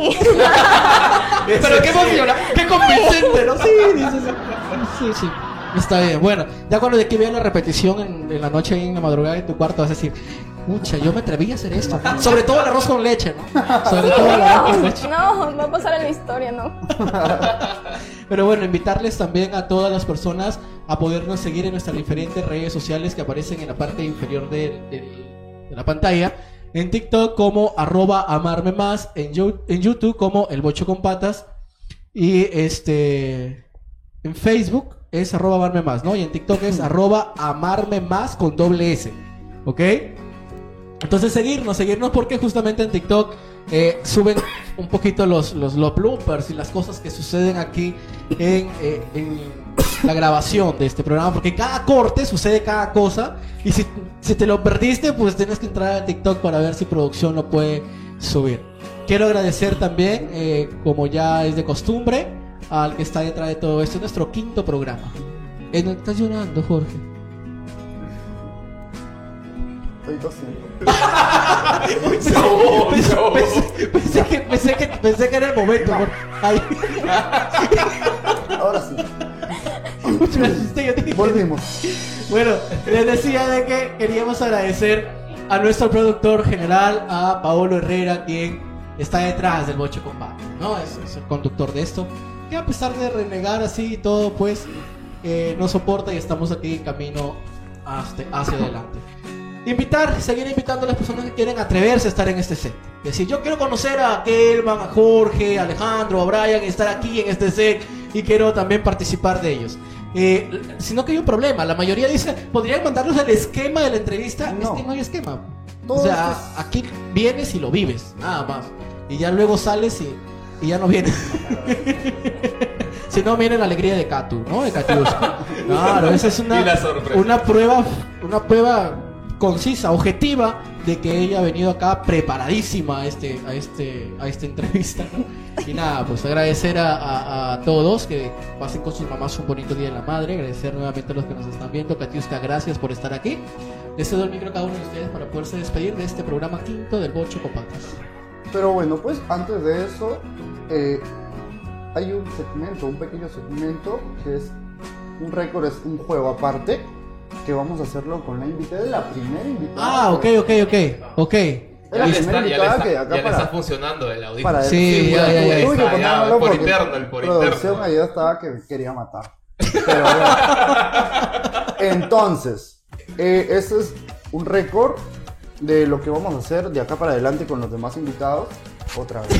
Pero qué emoción, qué convincente, ¿no? Sí, dices. Sí. Está bien. Bueno, ya cuando de aquí vean la repetición en la noche, en la madrugada en tu cuarto, vas a decir, Mucha, yo me atreví a hacer esto. Sobre todo el arroz con leche, ¿no? Sobre todo el arroz con leche. No, va a pasar en la historia, ¿no? Pero bueno, invitarles también a todas las personas a podernos seguir en nuestras diferentes redes sociales que aparecen en la parte inferior de la pantalla. En TikTok como @amarmemás, en YouTube como El Bocho con Patas, y en Facebook es @amarmemás, ¿no? Y en TikTok es @amarmemás con doble S, ¿ok? Entonces seguirnos porque justamente en TikTok suben un poquito los bloopers y las cosas que suceden aquí en la grabación de este programa, porque cada corte sucede cada cosa, y si te lo perdiste, pues tienes que entrar a TikTok para ver si producción lo puede subir. Quiero agradecer también, como ya es de costumbre, al que está detrás de todo esto, nuestro 5º programa. ¿Estás llorando, Jorge? Estoy tosiendo. Pensé que era el momento. Ay. Ahora sí. Volvimos. Bueno, les decía de que queríamos agradecer a nuestro productor general, a Paolo Herrera, quien está detrás del Bocho con Patas, ¿no? Es el conductor de esto, que a pesar de renegar así y todo, pues nos soporta, y estamos aquí en camino hacia adelante. Seguir invitando a las personas que quieren atreverse a estar en este set. Es decir, yo quiero conocer a Kelman, a Jorge, a Alejandro, a Brian, y estar aquí en este set, y quiero también participar de ellos. Sino que hay un problema. La mayoría dice, ¿podrían mandarnos el esquema de la entrevista? No. Es que no hay esquema. O sea, aquí vienes y lo vives, nada más. Y ya luego sales y ya no vienes. Si no, viene la alegría de Katu, ¿no? De Katiuska. Claro, esa es una prueba concisa, objetiva, de que ella ha venido acá preparadísima a esta entrevista, ¿no? Y nada, pues agradecer a todos, que pasen con sus mamás un bonito día de la madre. Agradecer nuevamente a los que nos están viendo. Katiuska, gracias por estar aquí. Les cedo el micro a cada uno de ustedes para poderse despedir de este programa 5 del Bocho con Patas. Pero bueno, pues antes de eso, hay un pequeño segmento que es un récord, es un juego aparte, que vamos a hacerlo con la invitada, la primera invitada. Ok. Ya le está funcionando el audífono. Para sí, ya. Por interno. Producción ahí estaba que quería matar. Pero bueno. Entonces, este es un récord de lo que vamos a hacer de acá para adelante con los demás invitados. Otra vez.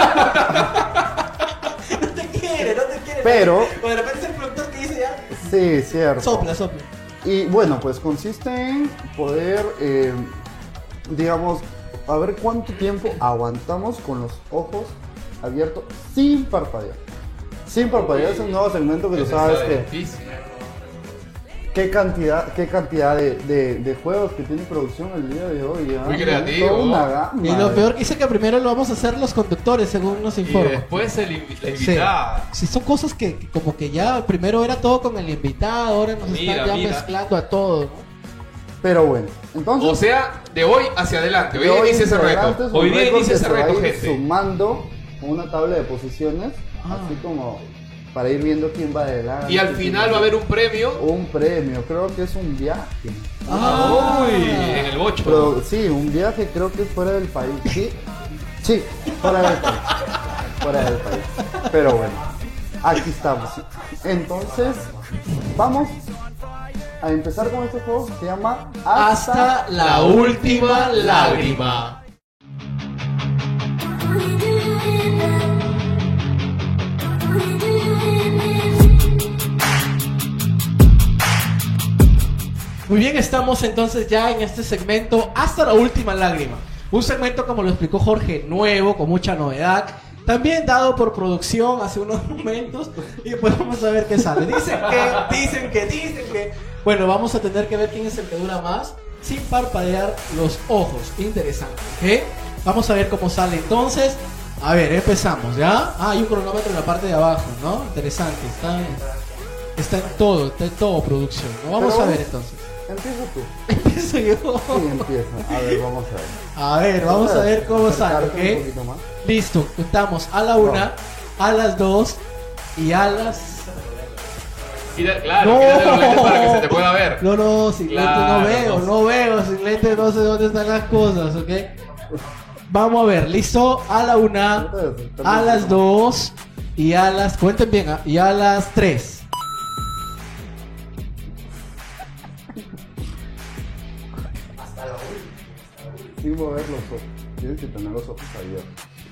No te quiere. Pero... O de repente el productor que dice ya... Sí, cierto. Sopla. Y bueno, pues consiste en poder, digamos, a ver cuánto tiempo aguantamos con los ojos abiertos sin parpadear. Sin parpadear es un nuevo segmento que tú sabes que... ¿Qué cantidad de juegos que tiene producción el día de hoy? ¿Ya? Muy creativo. Toda una gama. Y lo peor que dice que primero lo vamos a hacer los conductores, según nos informa. Y después la invitada. Sí, son cosas que como que ya primero era todo con el invitado, ahora nos están ya mezclando a todo, ¿no? Pero bueno, entonces... O sea, de hoy hacia adelante. Hoy inicia ese reto. Hoy día inicia ese reto, gente. Sumando una tabla de posiciones, así como... para ir viendo quién va adelante. Y al final va a haber un premio. Un premio, creo que es un viaje. En el Bocho. Sí, un viaje, creo que es fuera del país. Sí, fuera del país. Fuera del país. Pero bueno, aquí estamos. Entonces, vamos a empezar con este juego que se llama Hasta la última lágrima. Muy bien, estamos entonces ya en este segmento Hasta la última lágrima. Un segmento, como lo explicó Jorge, nuevo, con mucha novedad. También dado por producción hace unos momentos. Y pues vamos a ver qué sale. Dicen que... Bueno, vamos a tener que ver quién es el que dura más sin parpadear los ojos. Interesante, ¿ok? Vamos a ver cómo sale entonces. A ver, empezamos, ¿ya? Hay un cronómetro en la parte de abajo, ¿no? Interesante, está en todo producción, ¿no? Vamos a ver entonces. Empieza tú. Empiezo yo. Sí, empieza. A ver, vamos a ver. A ver, vamos a ver cómo sale, ¿ok? Listo, contamos a la 1, a las 2 y a las... Claro, quítate los lentes para que se te pueda ver. No, sin Claro, lentes no veo, sin lentes no sé dónde están las cosas, ¿ok? Vamos a ver, listo, a la 1, a las 2 y a las, cuenten bien, y a las 3. Sin mover los ojos. Tienes que tener los ojos abiertos.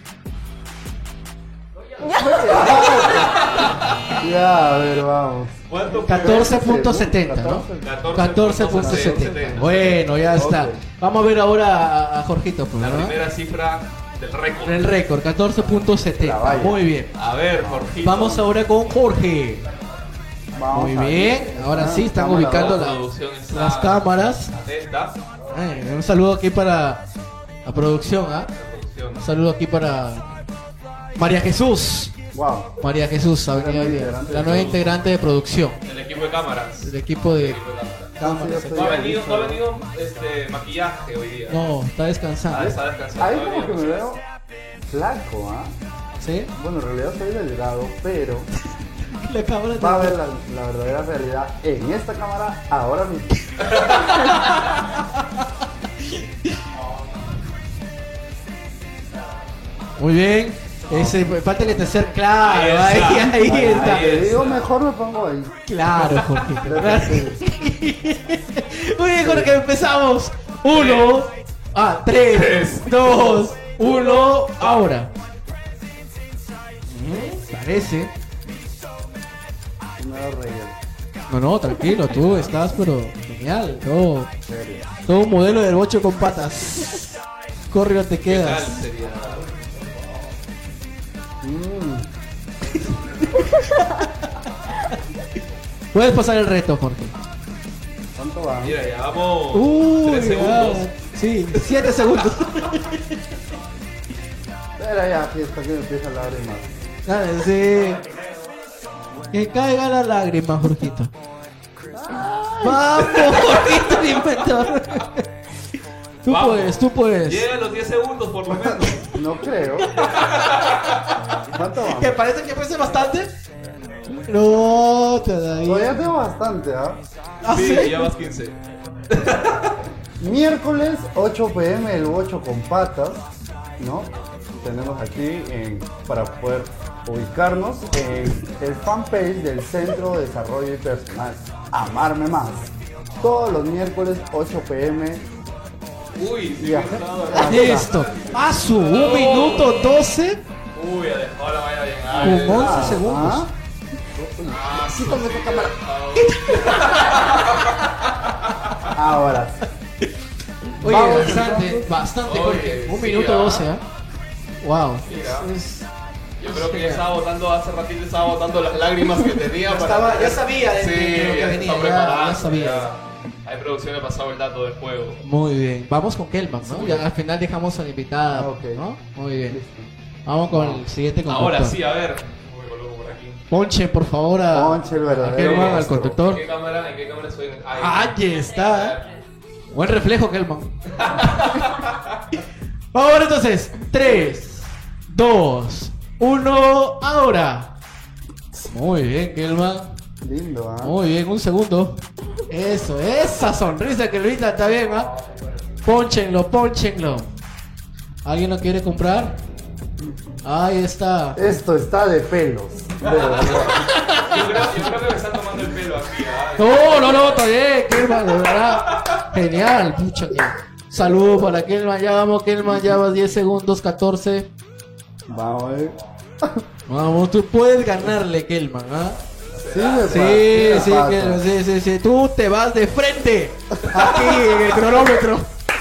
Ya, a ver, vamos. ¿Cuánto? 14.70, ¿no? 14.70. Bueno, ya está. Vamos a ver ahora a Jorgito, pues, La ¿no? primera cifra del récord. El récord, 14.70. Muy bien. A ver, Jorgito. Vamos ahora con Jorge. Vamos Muy a ver. bien. Ahora sí, están Cámara ubicando La producción está las cámaras. atenta. Un saludo aquí para la producción, ¿ah? La producción. Un saludo aquí para María Jesús. Wow. María Jesús, ha venido hoy día. La nueva integrante de producción. El equipo de cámaras. El equipo de Cámaras. No ha venido maquillaje hoy día. No, está descansando. Está descansando. Ahí no ha como que venido me veo flaco, ¿ah? ¿Sí? Bueno, en realidad soy delgado, pero La cámara va a ver la verdadera realidad en esta cámara ahora mismo. Muy bien. Falta que te acerques. Claro, Ahí está. ahí Ahí está. Te está. digo, mejor me pongo ahí. Claro, Jorge. Creo que sí. Muy bien, Jorge, empezamos. 3, 2, 1, ahora. Parece. No reír. No, tranquilo, tú estás, pero genial. Serio. Todo un modelo del bocho con patas. Corre o te ¿Qué tal quedas. sería? Puedes pasar el reto, Jorge. ¿Cuánto va? Mira, ya vamos 3 Uy, segundos. sí, 7 segundos. Espera ya, fiesta que me empieza a lágrimas. Dale, sí. Que caiga la lágrima, Jorgito. Vamos, Jorgito, el inventor. Vamos. Tú puedes. Llega a los 10 segundos por lo menos. No creo. ¿Cuánto va? ¿Que parece que fuese bastante? No, todavía. Todavía tengo bastante, ¿ah? ¿Ah, Sí, sí? ya vas 15. Miércoles 8 pm el bocho con patas, ¿no? Tenemos aquí para poder ubicarnos en el fanpage del Centro de Desarrollo Personal Amarme Más. Todos los miércoles 8 pm. Uy, sí, Ya. que estaba. Listo. Paso, 1 minuto 12 Uy, ahora vaya bien. con 11 segundos. Quítame tu cámara. Ahora sí. Oye, Vamos, bastante, Oye, Jorge. 1 sí, minuto ah. 12, ¿eh? Wow. Mira. Es- Yo creo que ya estaba botando, hace ratito estaba botando las lágrimas que tenía. Ya sabía de Sí, lo que ya venía, está preparado. ya sabía. ya. Hay producción, he pasado el dato del juego. Muy bien. Vamos con Kelman, ¿no? Ya al final dejamos a la invitada, Ah, ok. ¿no? Muy bien. Listo. Vamos con el siguiente conductor. Ahora sí, a ver. Me coloco por aquí. Ponche, por favor, Ponche, el a verdadero Kelman, al monstruo. conductor. ¿En qué cámara estoy? Ahí está. Buen reflejo, Kelman. Vamos a ver entonces. 3, 2, 1, ahora. Muy bien, Kelman. Lindo, ¿ah? Muy bien, un segundo. Eso, esa sonrisa que Luisa está bien, ¿ah? Pónchenlo. ¿Alguien lo quiere comprar? Ahí está. Esto está de pelos. De verdad. Yo creo que me están tomando el pelo aquí. ¿ah? No, está bien, Kelman, de verdad. Genial, pucha que. Saludos para Kelman, ya vamos, Kelman, ya vas 10 segundos, 14. Vamos a ver. Vamos, tú puedes ganarle, Kelman, ¿ah? Sí, me Sí, pasa. Kelman, sí. Tú te vas de frente. Aquí en el cronómetro.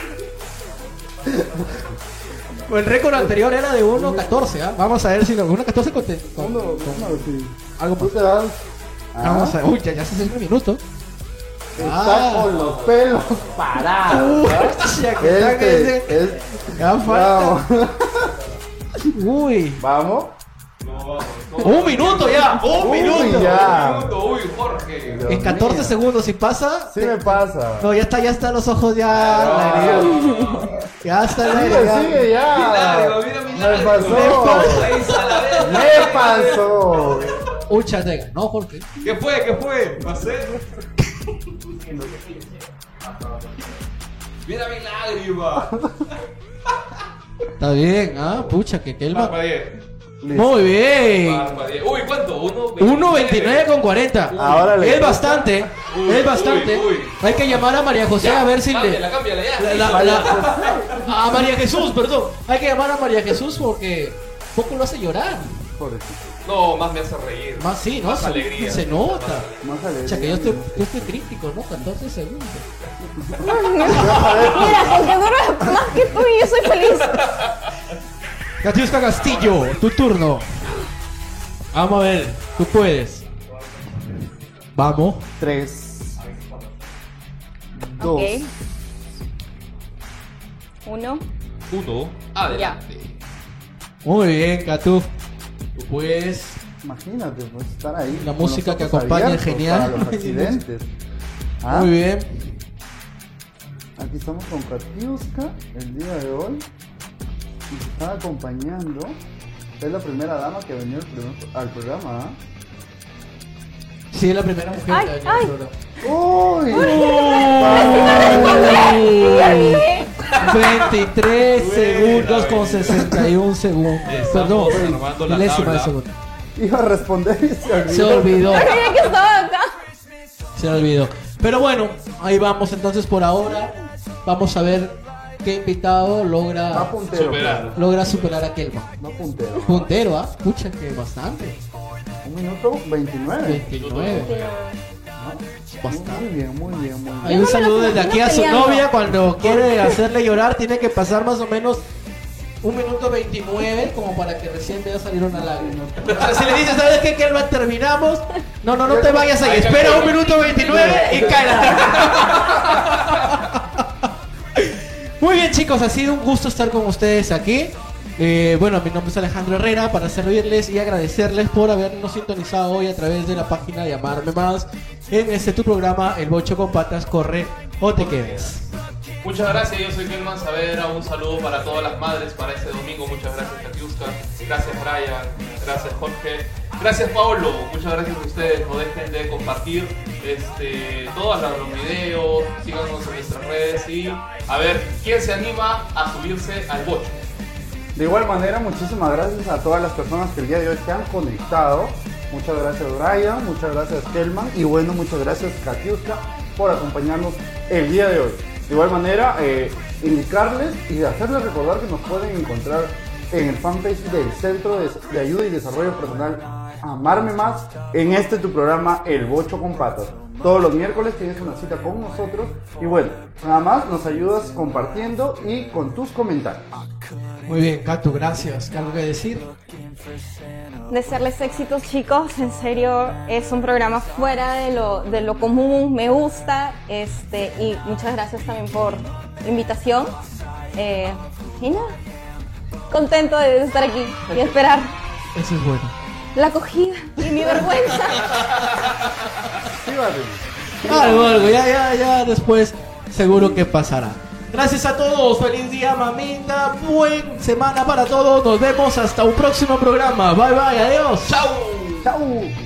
El récord anterior era de 1.14, ¿ah? Vamos a ver si lo 1.14 Uno, sí. algo Tú más. te vas. Vamos a ver. Uy, ya se hace un minuto. Está con los pelos parados. Ya que está que Este es. ya falta. Vamos. Uy. Vamos. No, vamos. Un minuto ya. Un Uy, minuto. ya. Uy, Jorge. Dios En 14 mío. segundos, si pasa. Sí me pasa. No, ya está los ojos ya. Ya está el aire. ya. Sigue ya. Milagro, mira, Me milagro. pasó. Ahí está la vez. Me pasó. Ucha, te ganó, Jorge. ¿Qué fue? ¿Qué fue? ¿Pasé? Mira mi lágrima. Está bien, pucha, que Kelman. Marpa 10. Muy bien. Marpa 10. Uy, ¿cuánto? 1.29 con 40. Ahora le Es toca. bastante. Uy, Es bastante. uy. Hay que llamar a María José a ver si Cámbiala, cámbiala ya. a María Jesús, perdón. Hay que llamar a María Jesús porque poco lo hace llorar. Pobrecito. No, más me hace reír. Más sí, ¿no? Más alegría. Se nota. Más O alegría. sea, que yo estoy crítico, ¿no? 14 segundos. Mira, aunque dure más que tú y yo soy feliz. Katiuska Castillo, tu turno. Vamos a ver, tú puedes. Vamos. 3, 2, Ok. 1. 1. Adelante. Muy bien, Katuf. Tú puedes. imagínate, pues estar ahí. La con música los que ojos acompaña es abiertos genial. Para los accidentes. Muy bien. Aquí estamos con Katiuska el día de hoy. Y se está acompañando. Es la primera dama que ha venido al programa. Sí, es la primera mujer Ay, que ha venido ay. al programa. ¡Uy! 23 segundos con 61 segundos. Perdón, armando la milésima de tabla. segundo. Iba a responder y se olvidó. Se olvidó. Creía que estaba acá. Se olvidó. Pero bueno, ahí vamos entonces por ahora. Vamos a ver qué invitado Va logra puntero. Superar. superar a Kelman. Va puntero. Puntero, Pucha que bastante. 1 minuto 29. 29. Bastante. Muy bien, muy bien, muy Hay bien. un Yo no me saludo lo desde aquí a su peleando. novia. Cuando quiere hacerle llorar, tiene que pasar más o menos 1 minuto 29 como para que recién vea salir una lágrima. O sea, si le dices, ¿sabes qué? Que terminamos. No te vayas ahí. Espera 1 minuto 29 y cae la lágrima. Muy bien, chicos, ha sido un gusto estar con ustedes aquí. Bueno, mi nombre es Alejandro Herrera, para servirles y agradecerles por habernos sintonizado hoy a través de la página de Amarme Más en tu programa El Bocho con Patas, corre o te quedes. Muchas gracias, yo soy Kelman Saavedra. Un saludo para todas las madres para este domingo. Muchas gracias, Katiuska. Gracias, Brian. Gracias, Jorge. Gracias, Paulo. Muchas gracias a ustedes. No dejen de compartir todos los videos. Síganos en nuestras redes y a ver quién se anima a subirse al bocho. De igual manera, muchísimas gracias a todas las personas que el día de hoy se han conectado. Muchas gracias, Brian. Muchas gracias, Kelman. Y bueno, muchas gracias, Katiuska, por acompañarnos el día de hoy. De igual manera, indicarles y hacerles recordar que nos pueden encontrar en el fanpage del Centro de Ayuda y Desarrollo Personal Amarme Más, en tu programa El Bocho con Patas. Todos los miércoles tienes una cita con nosotros y bueno, nada más nos ayudas compartiendo y con tus comentarios. Muy bien, Katu, gracias. ¿Qué algo que decir? Desearles éxitos, chicos. En serio, es un programa fuera de lo común. Me gusta. Y muchas gracias también por la invitación. Y nada, contento de estar aquí y esperar Eso es bueno. la acogida y mi vergüenza. Sí, vale. Algo, ya después seguro que pasará. Gracias a todos, feliz día, mamita, buen semana para todos, nos vemos hasta un próximo programa, bye bye, adiós. ¡Chao! ¡Chao!